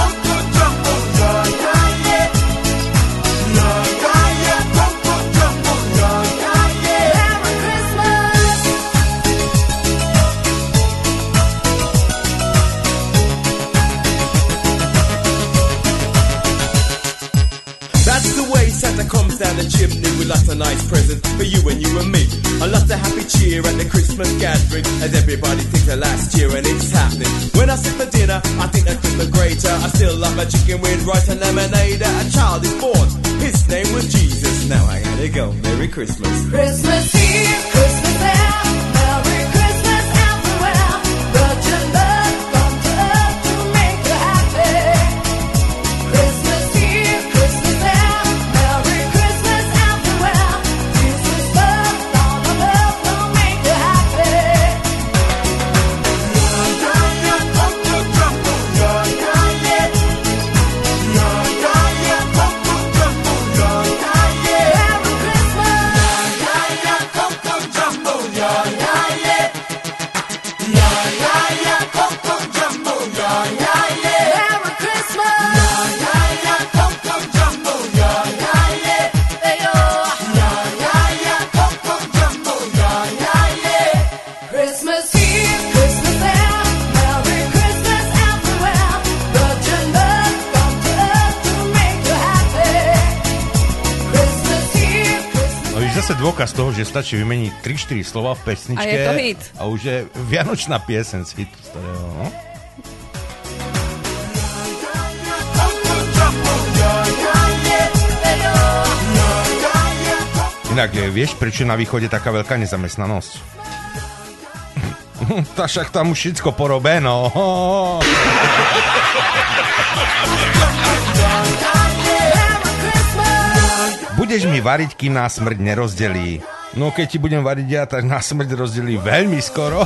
down the chimney with lots of nice presents for you and me. And lots of happy cheer at the Christmas gathering as everybody thinks of last year and it's happening. When I sit for dinner, I think that Christmas greater. I still love my chicken with rice and lemonade. A child is born, his name was Jesus. Now I gotta go. Merry Christmas. Christmas Eve, Christmas there, Merry Christmas everywhere. Virgin birth come to earth to make you happy. Christmas Eve, Christmas there, Merry Christmas everywhere. Jesus birth on the earth to make you happy. Christmas Eve, Christmas there, Merry Christmas everywhere. Virgin birth come to earth to make you happy. Christmas Eve, Christmas. No je zase dôkaz toho, že stačí vymeniť 3-4 slova v pesničke. A je to hit. A už je vianočná piesen z hitu starého, no? Inak vieš, prečo na východe taká veľká nezamestnanosť? Tá však tam už všetko porobé, no. Budeš mi variť, kým nás smrť nerozdelí. No keď ti budem variť ja, tak nás smrť rozdelí veľmi skoro.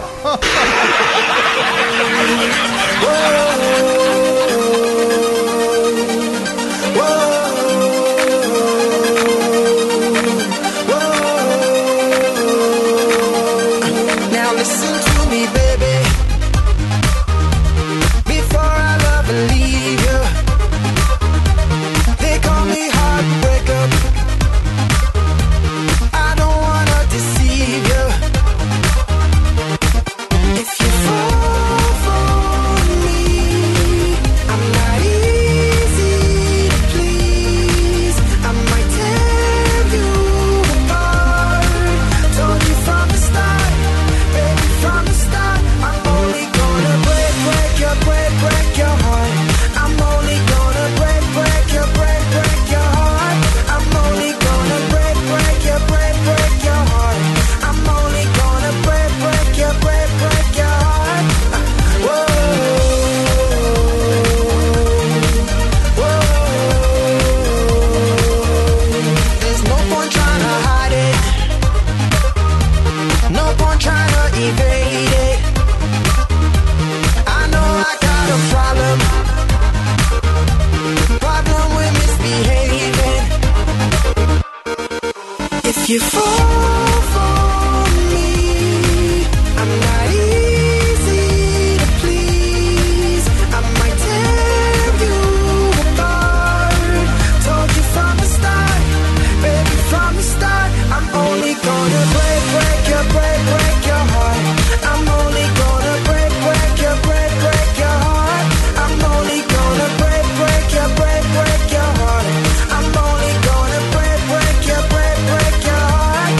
You fall for me. I'm not easy to please. I might tear you apart. Told you from the start, baby, from the start. I'm only gonna break your heart. I'm only gonna break your heart. I'm only gonna break your heart. I'm only gonna break your heart.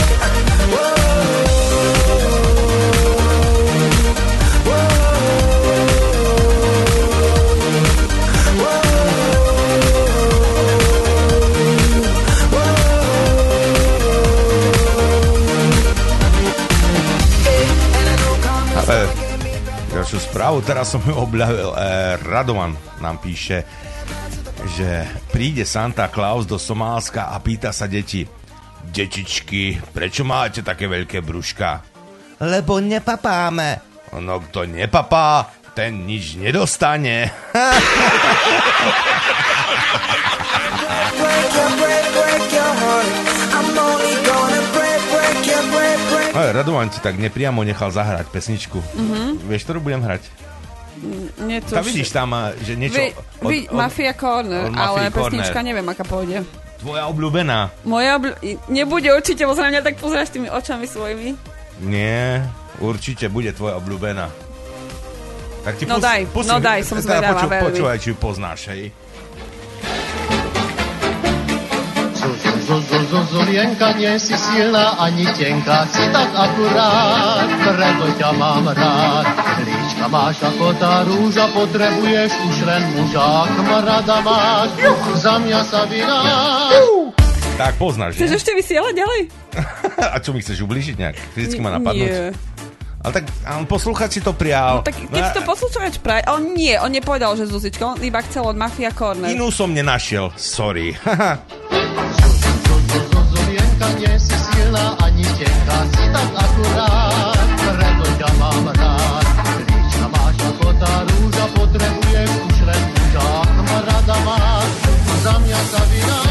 Ale ďalšiu správu, teraz som ju obľavil. Radovan nám píše, že príde Santa Claus do Somálska a pýta sa deti: detičky, prečo máte také veľké brúška? Lebo nepapáme. No kto nepapá, ten nič nedostane. Ale Radovan ti tak nepriamo nechal zahrať pesničku. Vieš, ktorú budem hrať? Netuž. Vidíš tam, že niečo... Mafia Corner, ale pesnička neviem, aká pôjde. Tvoja obľúbená. Moja nebude určite, bo sa na mňa tak pozráš tými očami svojimi. Nie, určite bude tvoja obľúbená. Tak ti daj, som zvedavá veľmi. Počúvaj, či ju poznáš, hej. Zulienka, nie si silná ani tenká, si tak akurát, preto ťa mám rád. Líčka máš ako tá rúža, potrebuješ už len muža, rada máš, za mňa sa vynáš. Tak poznáš, chceš ešte vysielať ďalej? A čo mi chceš ublížiť nejak? Fyzicky ma napadnúť? Nie. Ale tak posluchač si to prial. No, tak keď si to posluchač praje, on nepovedal, že Zuzička, on iba chcel od Mafia Corner. Inú som nenašiel, sorry. Zulienka, nie si silná ani tenká, si tak akurát, preto ťa mám rád. Líčka máš ako tá rúža, potrebuješ už len muža, rada máš, za mňa sa vynáš.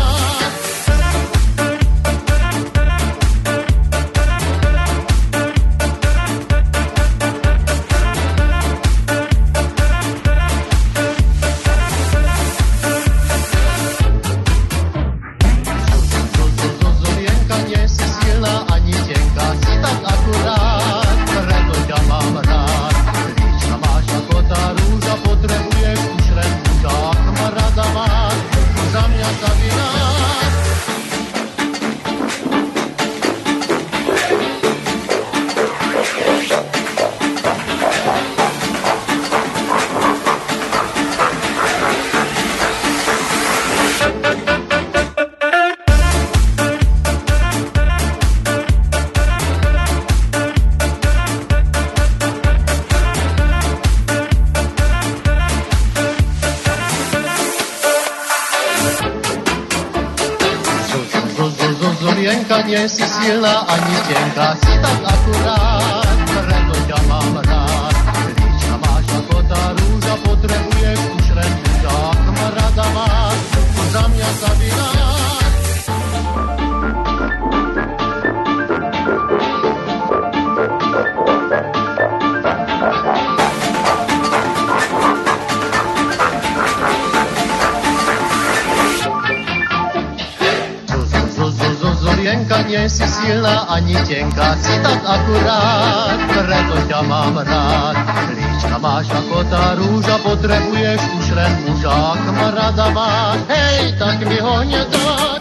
Nie si silná ani tenká, si tak akurát, preto ťa mám rád. Líčka máš ako tá rúža, potrebuješ už len muža, rada máš, za mňa sa vynáš. Zulienka, nie si silná ani tenká, si tak akurát, preto ťa mám rád. Líčka máš ako tá rúža, potrebuješ už len muža, rada máš, hej, tak mi ho nedá.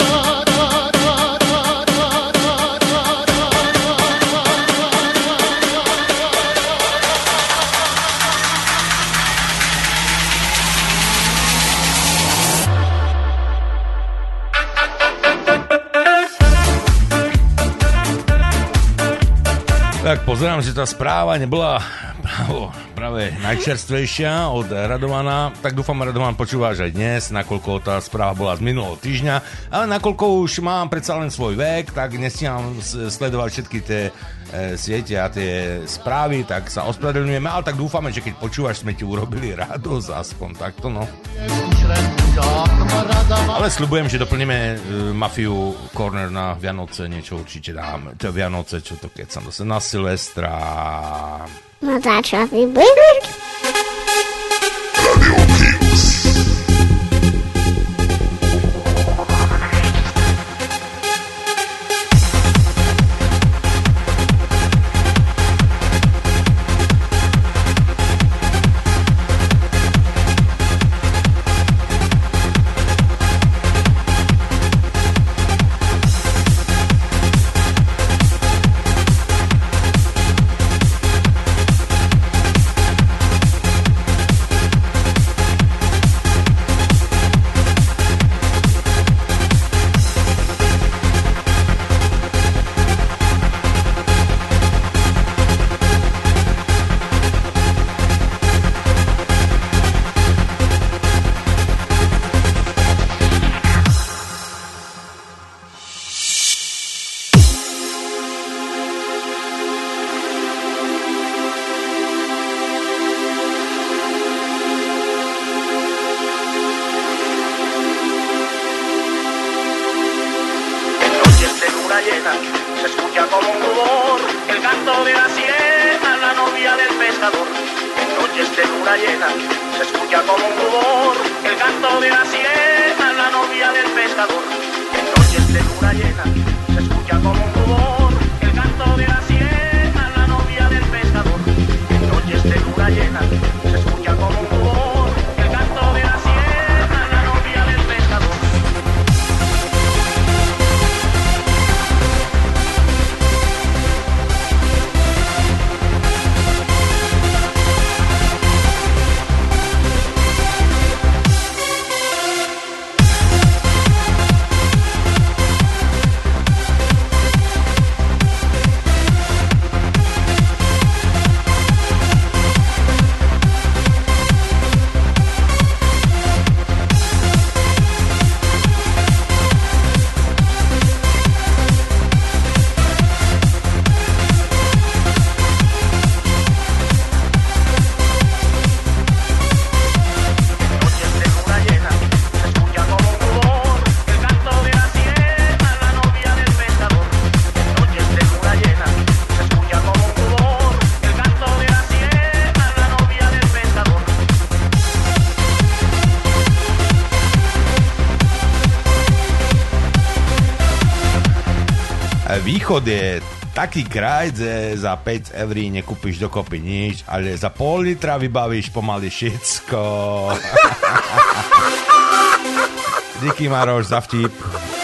Tak pozerám, že tá správa nebola práve najčerstvejšia od Radovana. Tak dúfam, Radovan, počúvaš aj dnes, nakoľko tá správa bola z minulého týždňa. Ale nakoľko už mám predsa len svoj vek, tak nestíham sledovať všetky tie siete a tie správy, tak sa ospravedlňujeme. Ale tak dúfame, že keď počúvaš, sme ti urobili radosť, aspoň takto, no. Ale sľubujem, že doplníme Mafiu Corner na Vianoce, niečo určite dáme. To je Vianoce, čo to keď som zase na Silvestra. No tak čo vybuď? Radio Kings. Východ je taký kraj, že za 5 eur nekúpiš dokopy nič, ale za pol litra vybavíš pomaly všetko. Díky, Maroš, za vtip.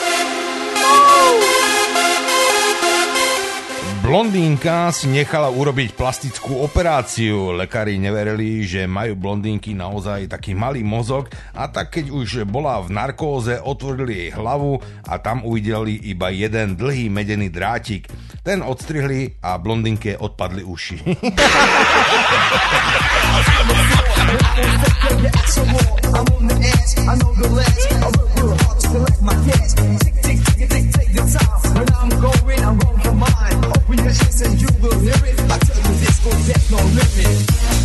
Blondínka si nechala urobiť plastickú operáciu. Lekári neverili, že majú blondínky naozaj taký malý mozog a tak keď už bola v narkóze, otvorili jej hlavu a tam uvideli iba jeden dlhý medený drátik. Ten odstrihli a blondínke odpadli uši. And you will hear it. I tell you this goes, there's no limit.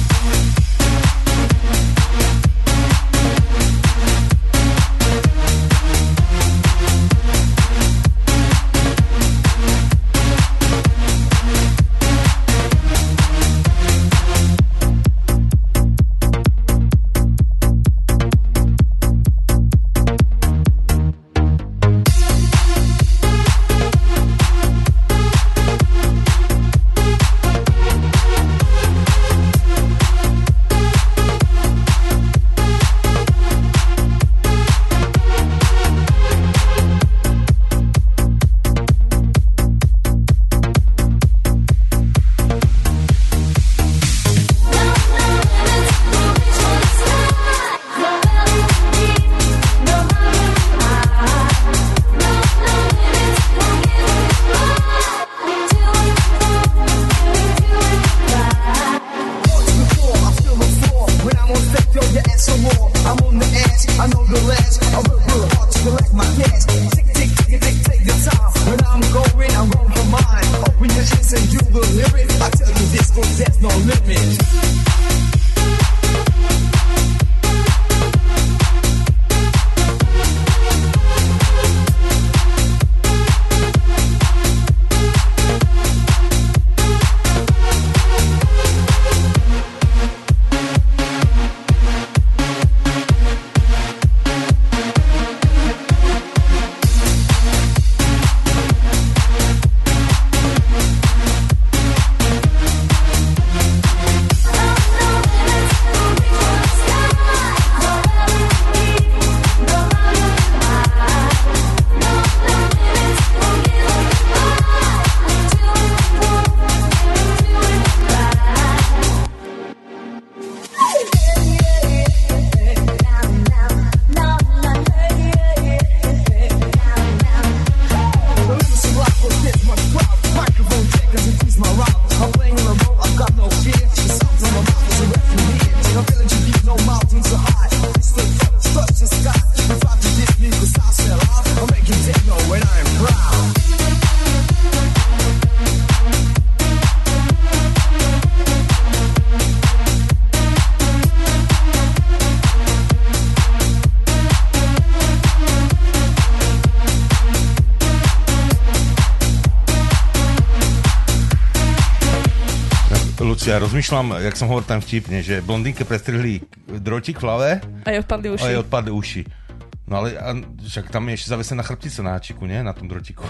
Ja rozmýšľam, jak som hovoril tam vtipne, že blondínke prestrihli drotík v hlave a jej odpadli uši. No ale však tam je ešte zavesená chrbtica na háčiku, nie? Na tom drotíku.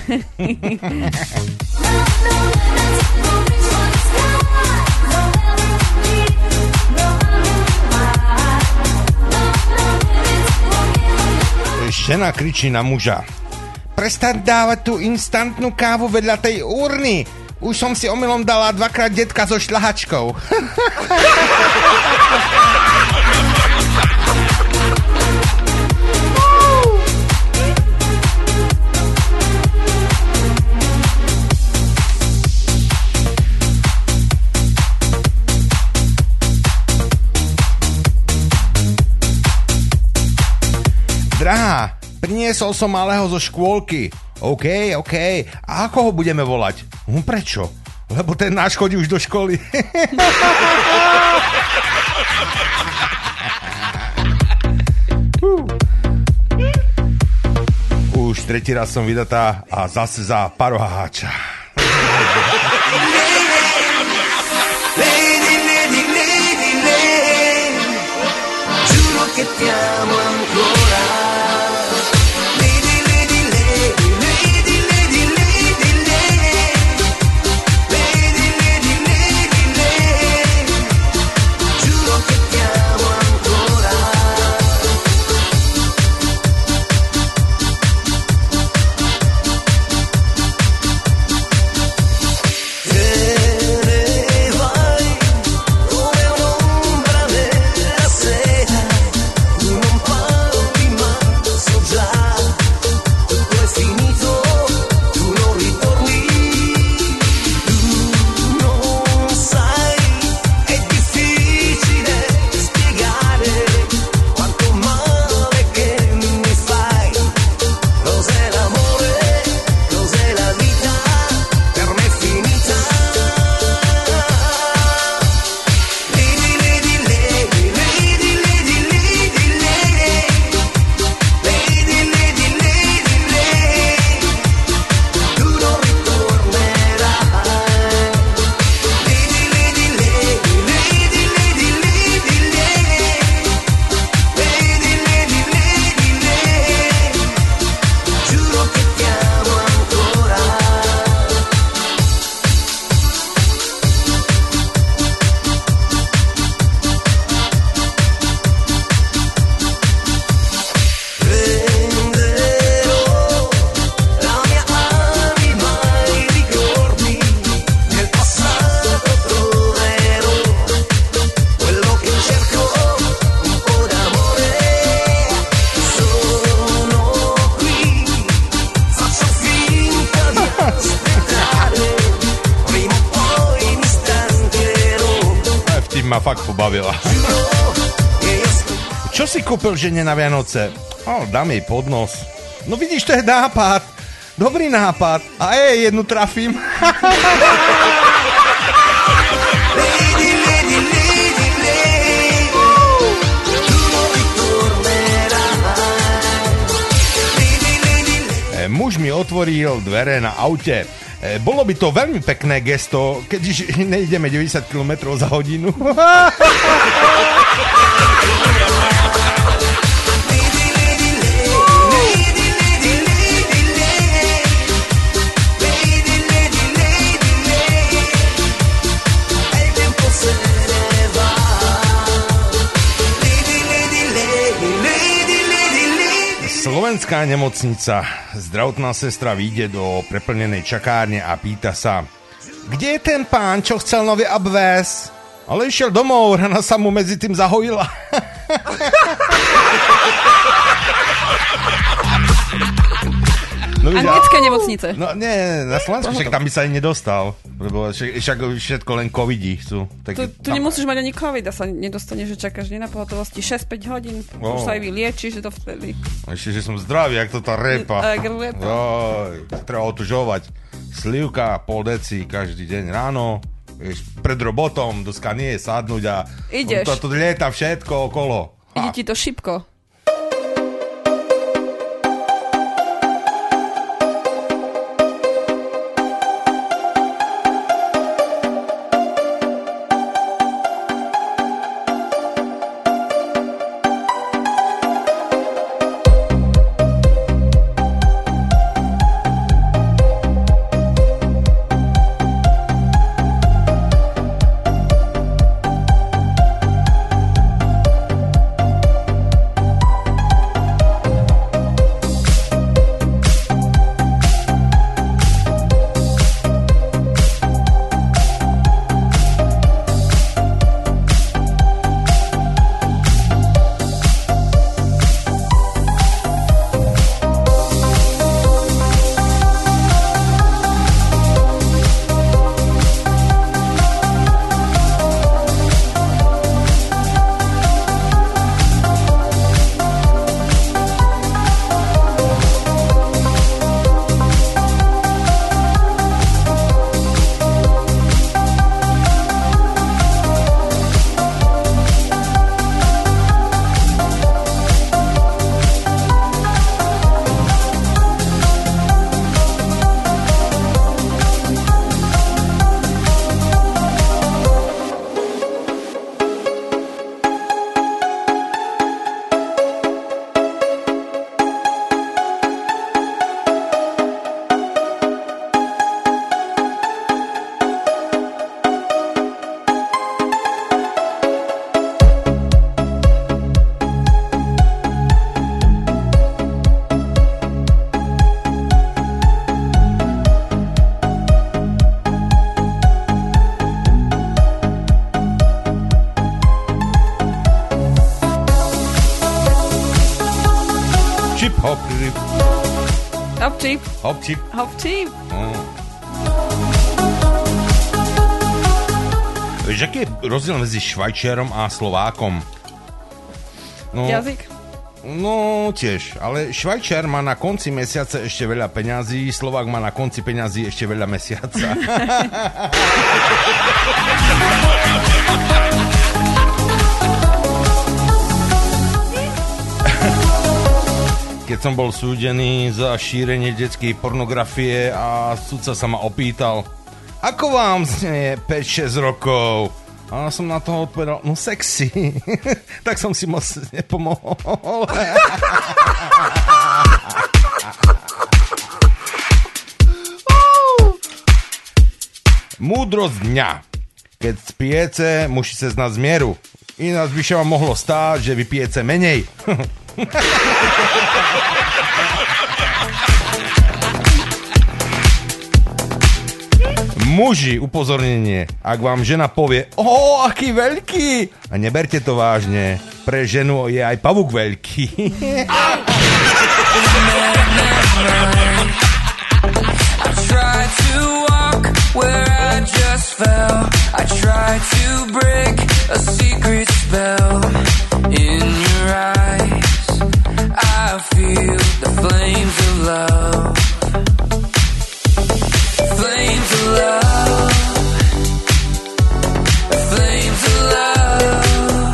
Žena kričí na muža: prestaň dávať tú instantnú kávu vedľa tej urny. Už som si omylom dala 2-krát detka so šľahačkou. Drahá, priniesol som malého zo škôlky. OK. A ako ho budeme volať? Prečo? Lebo ten náš chodí už do školy. Už tretí raz som vydatá a zase za paroháča. Giuro che ti amo ancora. Lady, lady, lady, lady, lady, lady. ma fakt pobavila. Čo si kúpil žene na Vianoce? Dám jej pod nos. No vidíš, to je nápad. Dobrý nápad. A jednu trafím. Muž mi otvoril dvere na aute. Bolo by to veľmi pekné gesto, keďže nejdeme 90 km za hodinu. Slovenská nemocnica. Zdravotná sestra vyjde do preplnenej čakárne a pýta sa: kde je ten pán, čo chcel nový abvés? Ale išiel domov, rana sa mu medzi tým zahojila. No, anglické nemocnice. No nie, na Slovensku však tam by sa ani nedostal. Lebo však všetko len covidi sú. Tu nemusíš mať ani covid a sa nedostaneš, že čakáš na pohotovosti 6-5 hodín. Už sa aj vyliečiš dovtedy. Ešte, že som zdravý, jak to tá repa. Treba otužovať. Slivka, pol deci každý deň ráno. Pred robotom, do skanie sadnúť a ideš. To lieta všetko okolo. Ide ti to šipko. Hop-chip. Vieš, aký je rozdiel medzi Švajčiarom a Slovákom? Jazyk? No, tiež. Ale Švajčiar má na konci mesiaca ešte veľa peňazí, Slovák má na konci peňazí ešte veľa mesiaca. Keď som bol súdený za šírenie detskej pornografie a sudca sa ma opýtal, ako vám znie 5-6 rokov? A som na toho odpovedal, no sexy. Tak som si moc nepomohol. Múdrosť dňa. Keď spijete, musí sa znať zmieru. Ináč by sa vám mohlo stáť, že vypijete menej. Muži, upozornenie, ak vám žena povie, aký veľký, a neberte to vážne, pre ženu je aj pavúk veľký. I try to walk where I just fell. I tried to break a secret spell in your eyes. I feel the flames of love. Flames of love. Flames of love.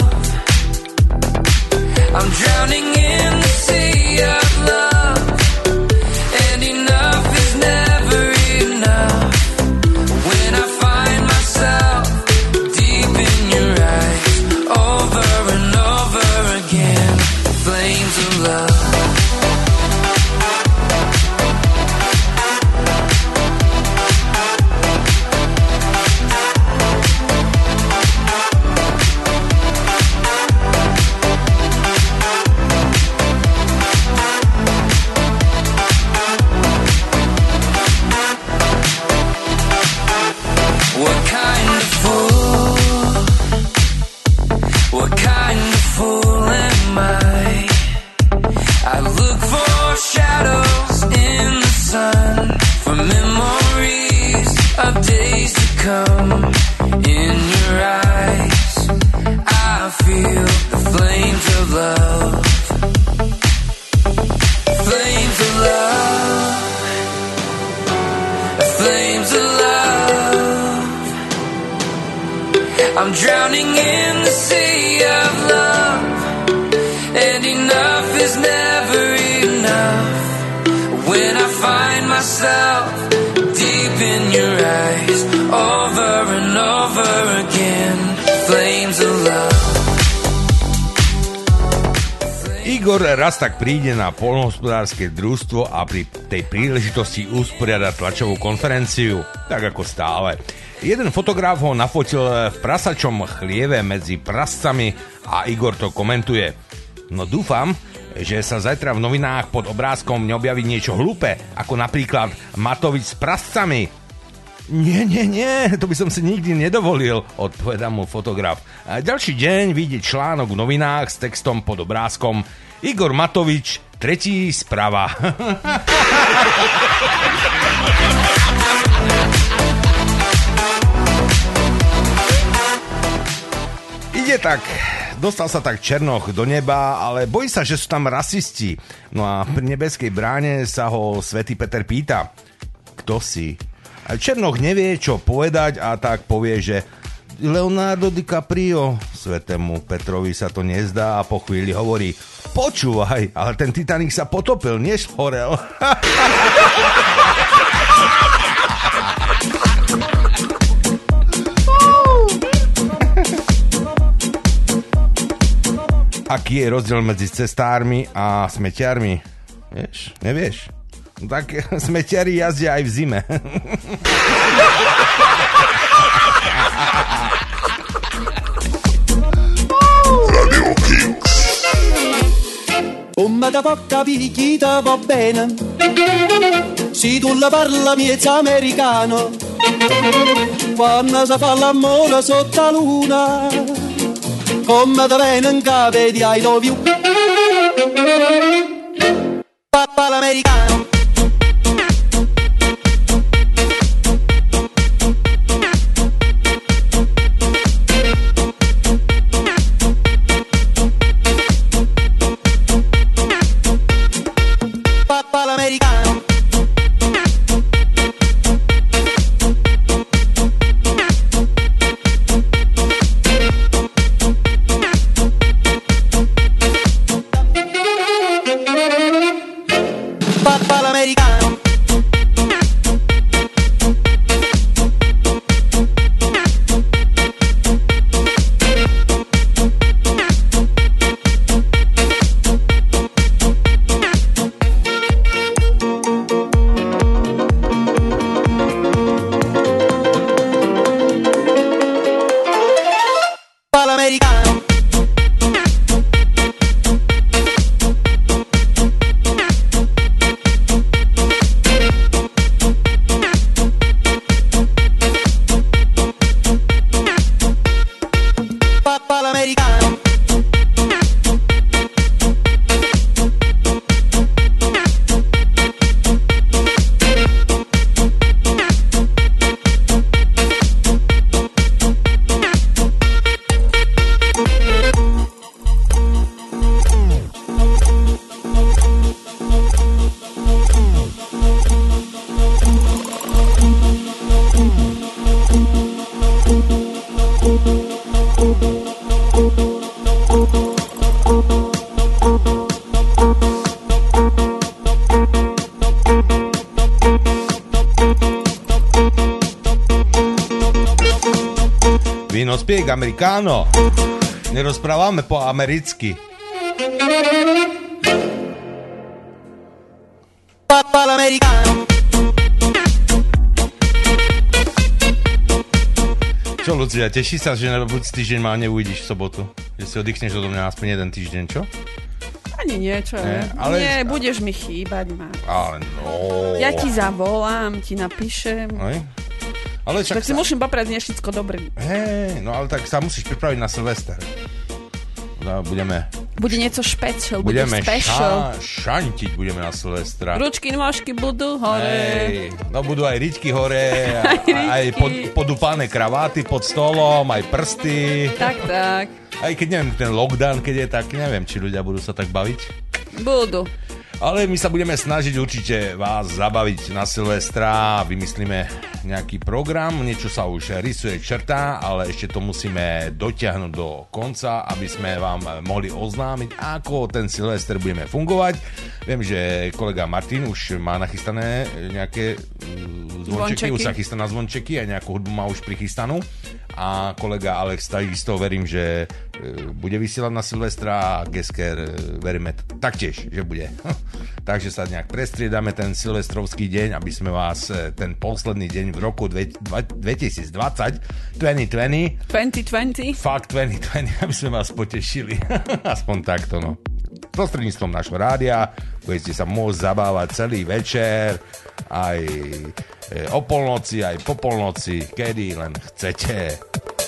I'm drowning in the sea of love, and enough is never enough. When I find myself deep in your eyes, over and over again, flames of love. Come in your eyes, I feel the flames of love. Flames of love. Flames of love. I'm drowning in the sea of love, and enough is never enough. When I find myself deep in your eyes, over and over again, flames of love. Igor raz tak príde na poľnohospodárske družstvo a pri tej príležitosti usporiada tlačovú konferenciu, tak ako stále. Jeden fotograf ho nafotil v prasačom chlieve medzi prascami a Igor to komentuje. No dúfam, že sa zajtra v novinách pod obrázkom neobjaví niečo hlúpe, ako napríklad Matovič s prascami. Nie, to by som si nikdy nedovolil, odpovedá mu fotograf. A ďalší deň vyjde článok v novinách s textom pod obrázkom Igor Matovič, tretí sprava. Dostal sa tak Černoch do neba, ale bojí sa, že sú tam rasisti. No a pri nebeskej bráne sa ho svätý Peter pýta, kto si? A Černoch nevie, čo povedať a tak povie, že Leonardo DiCaprio. Svätému Petrovi sa to nezdá a po chvíli hovorí, počúvaj, ale ten Titanic sa potopil, než horel. Aký je rozdiel medzi cestármi a smetiarmi? Vieš? Nevieš? Tak smetiari jazdia aj v zime. Radio Kings. Come da porca picchita va bene, se tu la parla miezza americano, quando si fa l'amore sotto la luna, come da bene in capo di I love you, papà l'americano. speak americano. Nerozprávame po americky. Čo, Lucia, teší sa, že na budúci týždeň ma neuvidíš v sobotu? Že si oddychneš odo mňa aspoň jeden týždeň, čo? Ani niečo, ale... Nie, budeš mi chýbať, Marc. Ale no... Ja ti zavolám, ti napíšem. Ale tak si musím poprať niečo dobré. No ale tak sa musíš pripraviť na Silvester. Bude niečo special, budeme special. Šantiť budeme na Silvestra. Ručky, nôžky budú hore. No budú aj ričky hore, aj podúpané kraváty pod stolom, aj prsty. Tak. Aj keď neviem, ten lockdown, keď je tak, neviem, či ľudia budú sa tak baviť. Budú. Ale my sa budeme snažiť určite vás zabaviť na Silvestra, vymyslíme nejaký program, niečo sa už rysuje, črtá, ale ešte to musíme dotiahnuť do konca, aby sme vám mohli oznámiť, ako ten Silvester budeme fungovať. Viem, že kolega Martin už má nachystané nejaké zvončeky, už sa chystá na zvončeky a nejakú hudbu má už prichystanú. A kolega Alex takisto verím, že bude vysielať na Silvestra a Gesker veríme taktiež, že bude. Takže sa nejak prestriedame ten silvestrovský deň, aby sme vás ten posledný deň v roku 2020 fakt 2020, aby sme vás potešili. Aspoň takto, no. Prostredníctvom našho rádia budete sa môcť zabávať celý večer, aj o polnoci, aj po polnoci, kedy len chcete.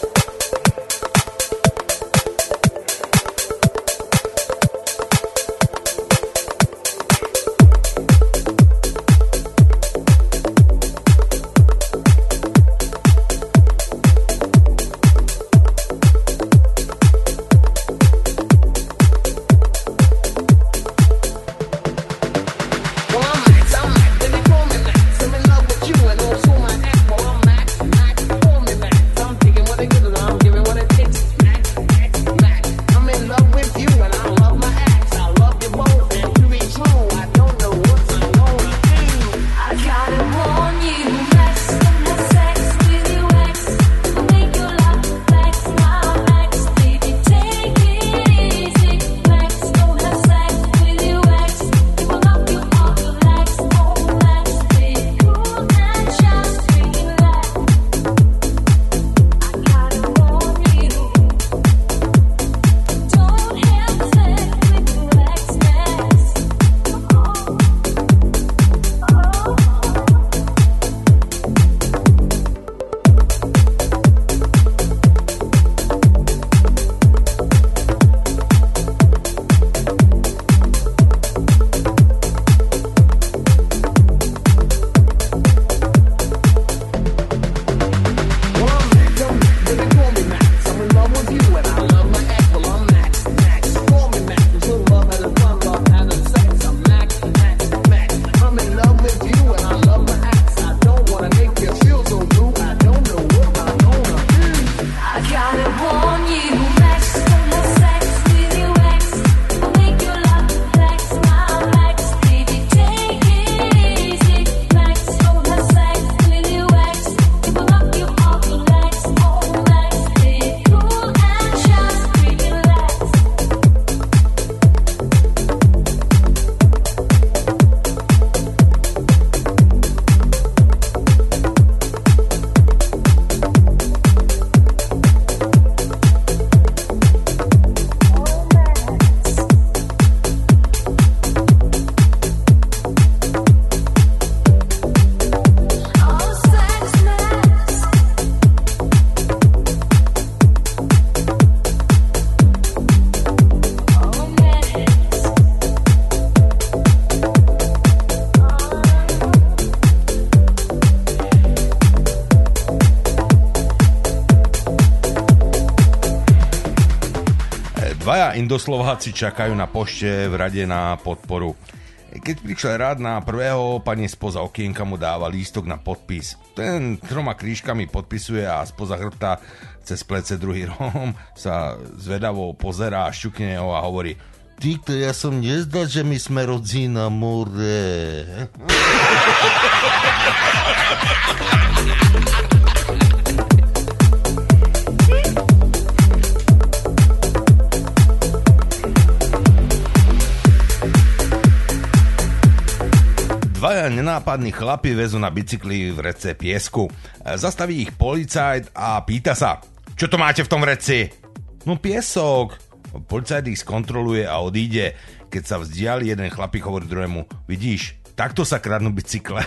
Dvaja Indoslováci čakajú na pošte v rade na podporu. Keď prišiel rád na prvého, pani spoza okienka mu dáva lístok na podpis. Ten 3 krížkami podpisuje a spoza hrbta cez plece druhý Róm sa zvedavo pozerá, šťukne ho a hovorí: Týkto, ja som nezdal, že my sme rodzina more. Dvaja nenápadní chlapi vezú na bicykli vrece piesku. Zastaví ich policajt a pýta sa: čo to máte v tom vreci? No piesok. Policajt ich skontroluje a odíde. Keď sa vzdiali, jeden chlapík hovorí druhému: vidíš, takto sa kradnú bicykle.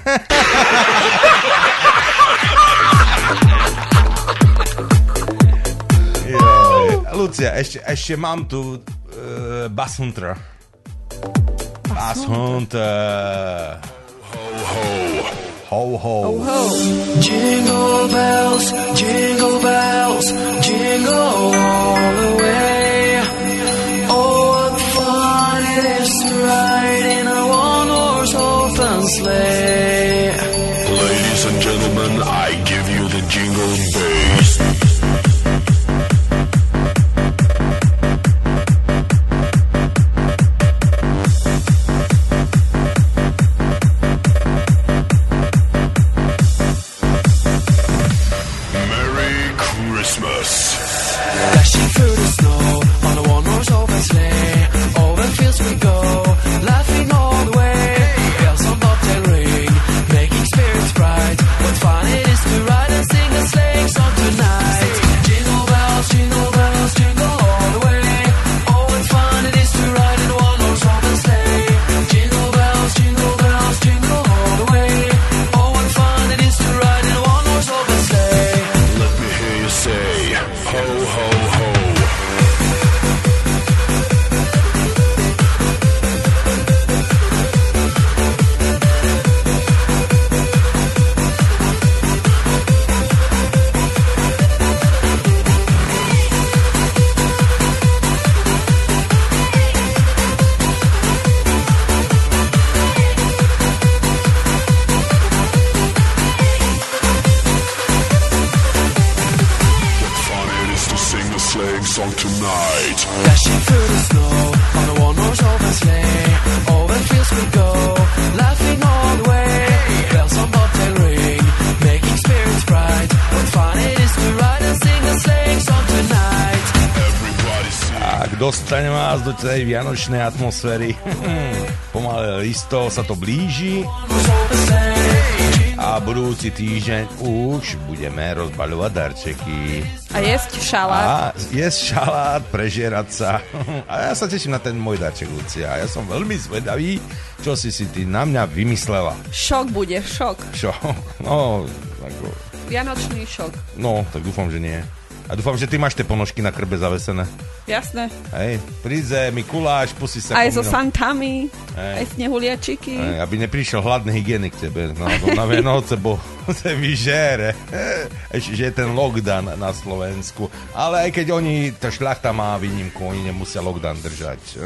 Lucia, ešte mám tu Bass Hunter. Bass Hunter. Ho, ho. Ho, ho. Ho, ho. Jingle bells, jingle bells, jingle all the way. Oh, what fun it is to ride in a one-horse open sleigh. Ladies and gentlemen, I give you the jingle bass. Dashing through the snow on a one-horse open sleigh. Over fields we go, laughing all the way. Bells on bobtail ring, making spirits bright. What fun it is to ride and sing a sleighing song tonight. Jingle bells, jingle bells, jingle all the way. Oh, what fun it is to ride in a one-horse open sleigh. Jingle bells, jingle bells, jingle all the way. Oh, what fun it is to ride in a one-horse open sleigh. Let me hear you say, ho, ho, ho. Song tonight. Dashing through the snow on a one-horse open sleigh. Over fields we go, laughing all the way. Bells on bobtail ring, making spirits bright. What fun it is to ride and sing a sleighing song tonight. Tak dostane vás do tej vianočnej atmosféry. Pomalé listo sa to blíži. A budúci týždeň už budeme rozbaľovať darčeky. A jesť šalát. Prežierať sa. A ja sa teším na ten môj darček, Lucia. Ja som veľmi zvedavý, čo si ty na mňa vymyslela. Šok bude, šok. No, tak... Vianočný šok. No, tak dúfam, že nie. A dúfam, že ty máš tie ponožky na krbe zavesené. Jasné. Hej, príde Mikuláš, pusí sa aj so santami, aj snehuliačiky. Aby neprišiel hladný hygienik k tebe na Vianoce, bo sa vyžere. Ešte, že je ten lockdown na Slovensku. Ale aj keď tá šľachta má výnimku, oni nemusia lockdown držať.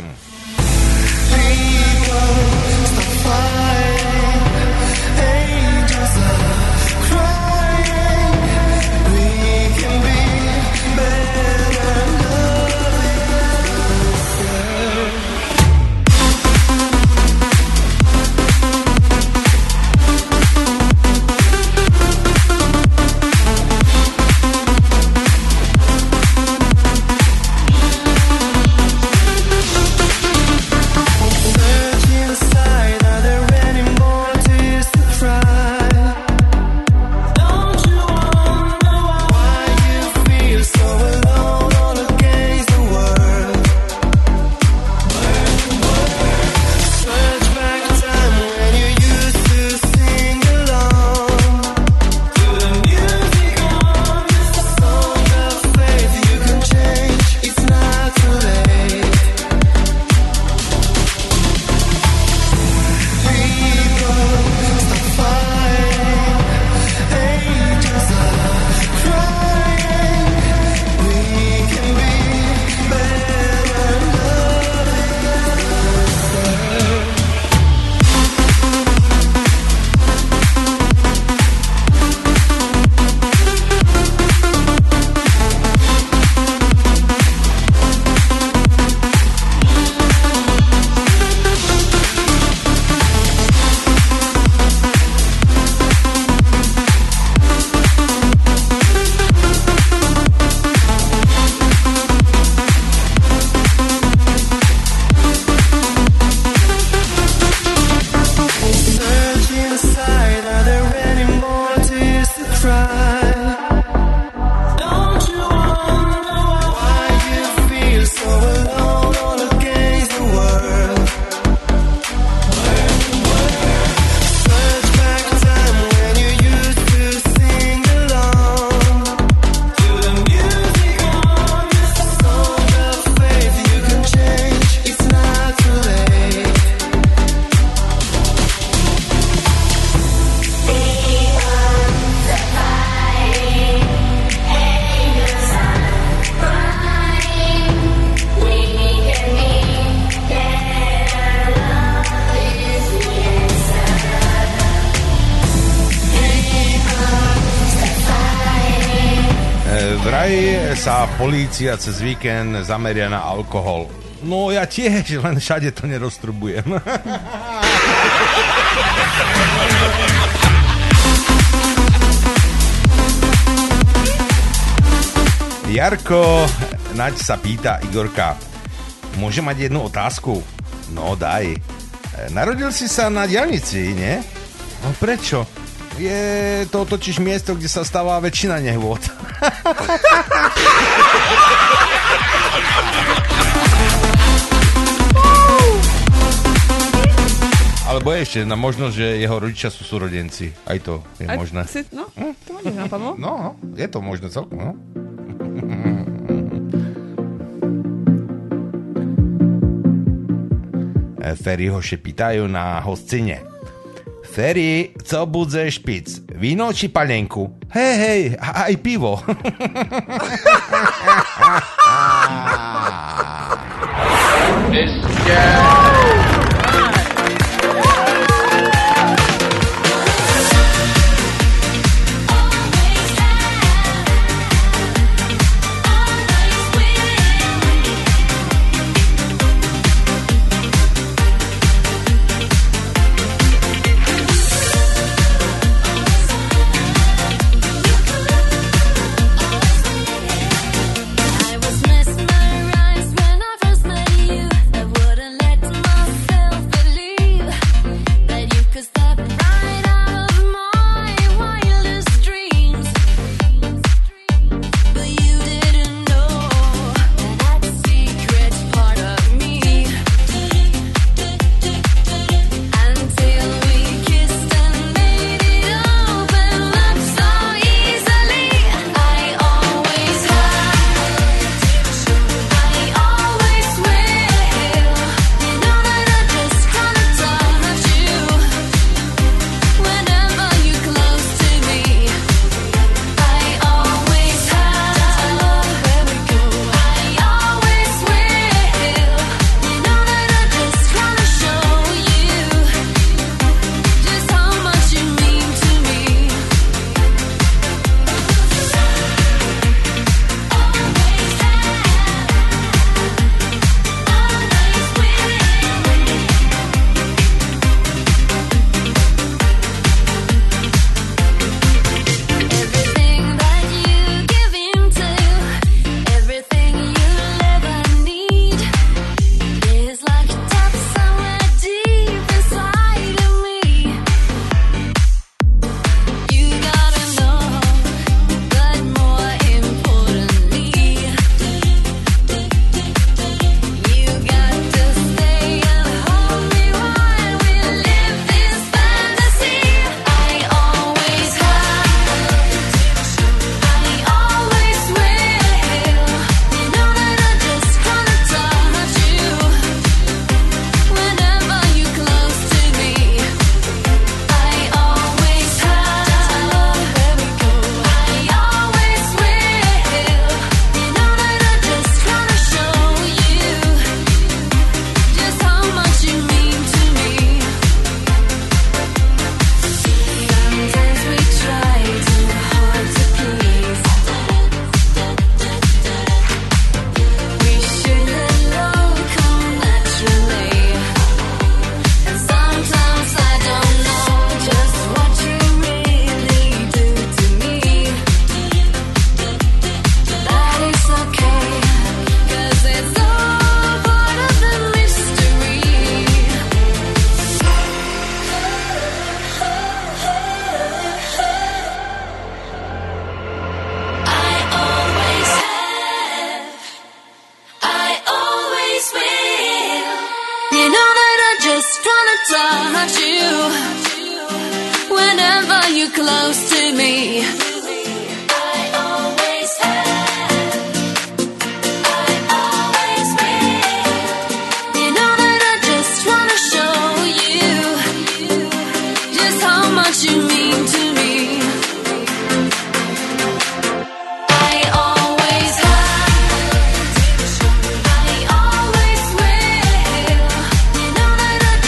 Vraj sa polícia cez víkend zameria na alkohol. No ja tiež, len všade to neroztrubujem. Jarko, Naď sa pýta Igorka, môže mať jednu otázku? No daj. Narodil si sa na diaľnici, nie? No prečo? Je to totiž miesto, kde sa stáva väčšina nehôd. Alebo ešte na možnosť, že jeho rodičia sú súrodenci. Aj to je možné. No, to ma nenapadlo. No, je to možné celkom, no. Ferryho się pýtajú na hoscine. Ferry, co budze špic? Víno či palenku? Hej, aj pivo.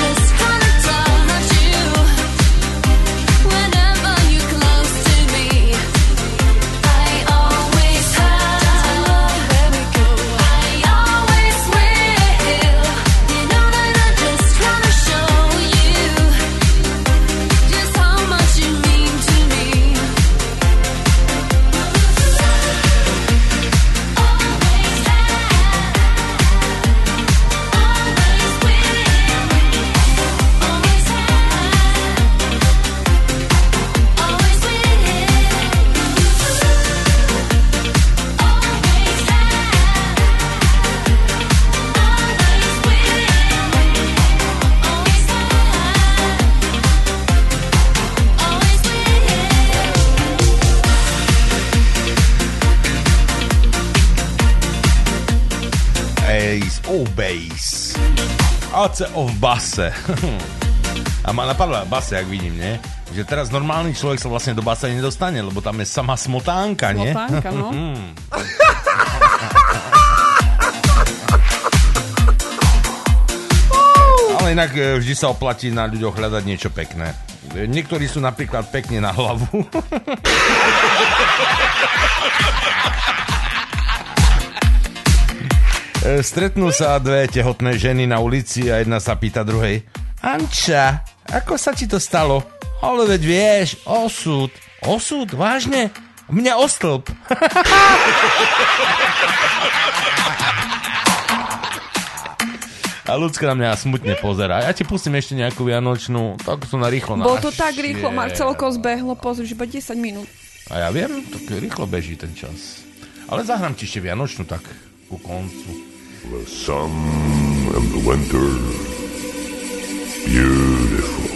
Whenever you close to me ACO v base. A ma napadla base, jak vidím, nie? Že teraz normálny človek sa vlastne do base nedostane, lebo tam je sama smotánka, nie? Smotánka, no. Ale inak vždy sa oplatí na ľuďoch hľadať niečo pekné. Niektorí sú napríklad pekne na hlavu. Stretnú sa dve tehotné ženy na ulici a jedna sa pýta druhej: Anča, ako sa ti to stalo? Ale veď vieš, osud. Osud? Vážne? Mňa ostĺp. A ľudská na mňa smutne pozerá. Ja ti pustím ešte nejakú vianočnú, tak sú na rýchlo. Bolo to tak rýchlo, Marcelko zbehlo, pozri, iba 10 minút. A ja viem, tak rýchlo beží ten čas. Ale zahrám ti ešte vianočnú tak ku koncu. The sun and the winter, beautiful.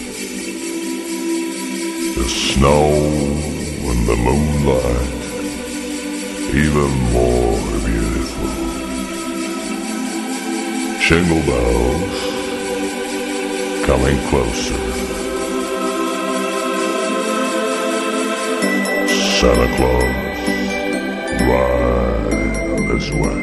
The snow and the moonlight, even more beautiful. Jingle bells coming closer. Santa Claus right this way.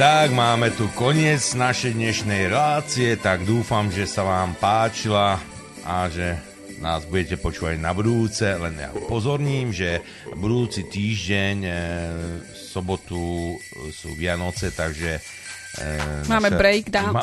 Tak, máme tu koniec našej dnešnej relácie, tak dúfam, že sa vám páčila a že nás budete počúvať na budúce. Len ja upozorním, že budúci týždeň v sobotu sú Vianoce, takže máme breakdown.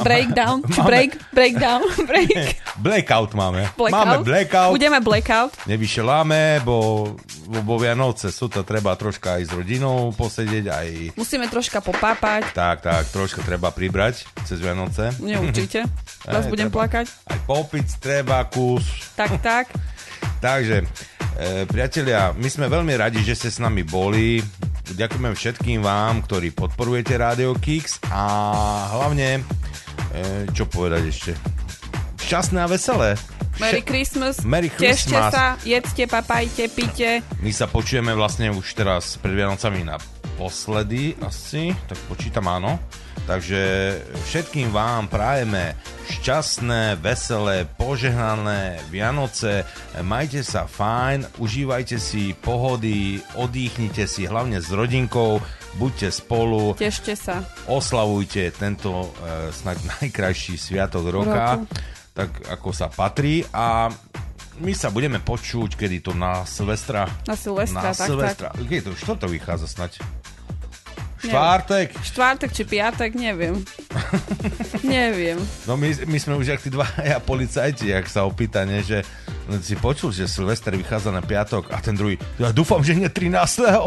Blackout máme. Máme blackout. Budeme blackout. Nevyšeláme, bo Vianoce sú to treba troška aj s rodinou posedieť, aj... Musíme troška popápať. Tak, troška treba pribrať cez Vianoce. Nie, určite. Vás budem plakať. Aj popiť treba kus. Tak. Takže, priatelia, my sme veľmi radi, že ste s nami boli. Ďakujeme všetkým vám, ktorí podporujete Radio Kix a hlavne, čo povedať ešte, šťastné a veselé. Merry Christmas. Tešte sa, jedzte, papajte, pite. My sa počujeme vlastne už teraz pred Vianocami naposledy asi, tak počítam áno. Takže všetkým vám prajeme šťastné, veselé, požehnané Vianoce. Majte sa fajn, užívajte si pohody, oddychnite si hlavne s rodinkou, buďte spolu. Tešte sa. Oslavujte tento snáď najkrajší sviatok roka, tak ako sa patrí. A my sa budeme počuť, kedy to na Silvestra. Na Silvestra. Keď to, čo to vychádza snať? Štvrtok či piatek, neviem. No my sme už jak tí dvaja policajti, jak sa opýta, ne, že si počul, že Silvester vychádza na piatok a ten druhý, ja dúfam, že nie 13.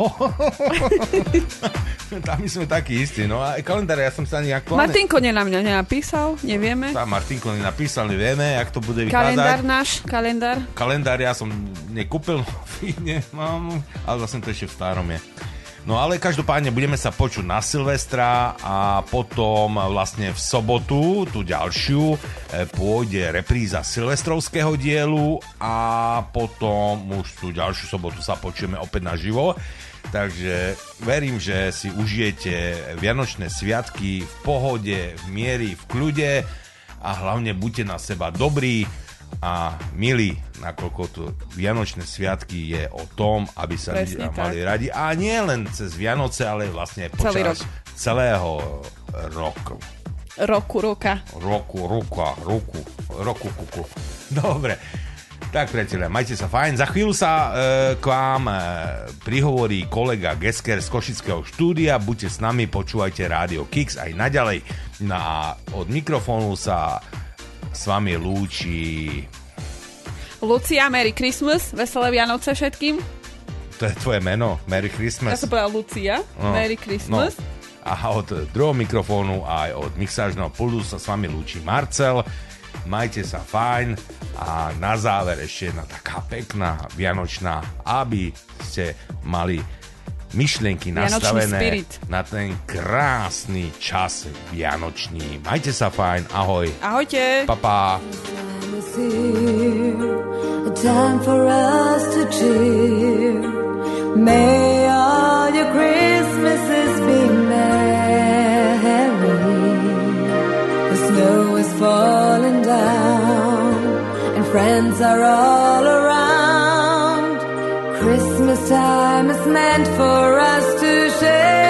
Tam my sme takí istí, no a kalendár ja som sa ani aktuálne... Martinko na mňa nenapísal, nevieme. Tá Martinko nenapísal, nevieme, jak to bude vychádzať. Kalendár ja som nekúpil, nemám, ale vlastne to ešte v starom je. No ale každopádne budeme sa počuť na Silvestra a potom vlastne v sobotu, tú ďalšiu, pôjde repríza silvestrovského dielu a potom už tú ďalšiu sobotu sa počujeme opäť naživo. Takže verím, že si užijete Vianočné sviatky v pohode, v miery, v kľude a hlavne buďte na seba dobrí a milí, nakoľko tu Vianočné sviatky je o tom, aby sa ľudia mali radi. A nie len cez Vianoce, ale vlastne počas celého roku. Roku. Dobre. Tak, priatelia, majte sa fajn. Za chvíľu sa k vám prihovorí kolega Gesker z Košického štúdia. Buďte s nami, počúvajte Radio Kix aj naďalej. No a od mikrofónu sa s vami lúči Lucia. Merry Christmas, veselé Vianoce všetkým. To je tvoje meno, Merry Christmas. Ja som povedal Lucia, Merry Christmas. A od druhého mikrofónu aj od mixážneho pultu sa s vami lúči Marcel. Majte sa fajn a na záver ešte jedna taká pekná vianočná, aby ste mali myšlienky nastavené na ten krásny čas vianočný. Majte sa fajn, ahoj. Ahojte. Pa. A time for us to cheer. May all your Christmases be merry. The snow is falling down and friends are all around. Christmas time is meant for us to share.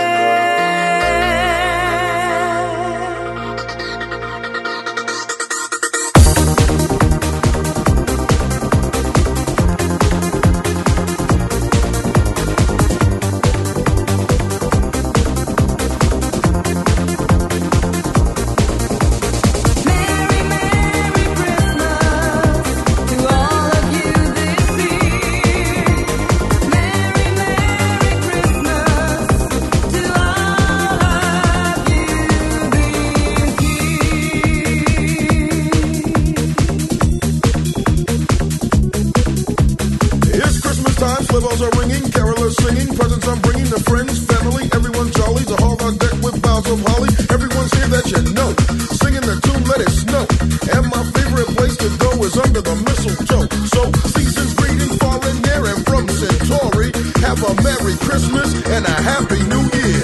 Bells are ringing, carolers singing, presents I'm bringing to friends, family, everyone jolly. The hall on deck with boughs of holly. Everyone's here that you know, singing the tune, let it snow. And my favorite place to go is under the mistletoe. So season's greeting, falling near, and from Centauri, have a Merry Christmas and a Happy New Year.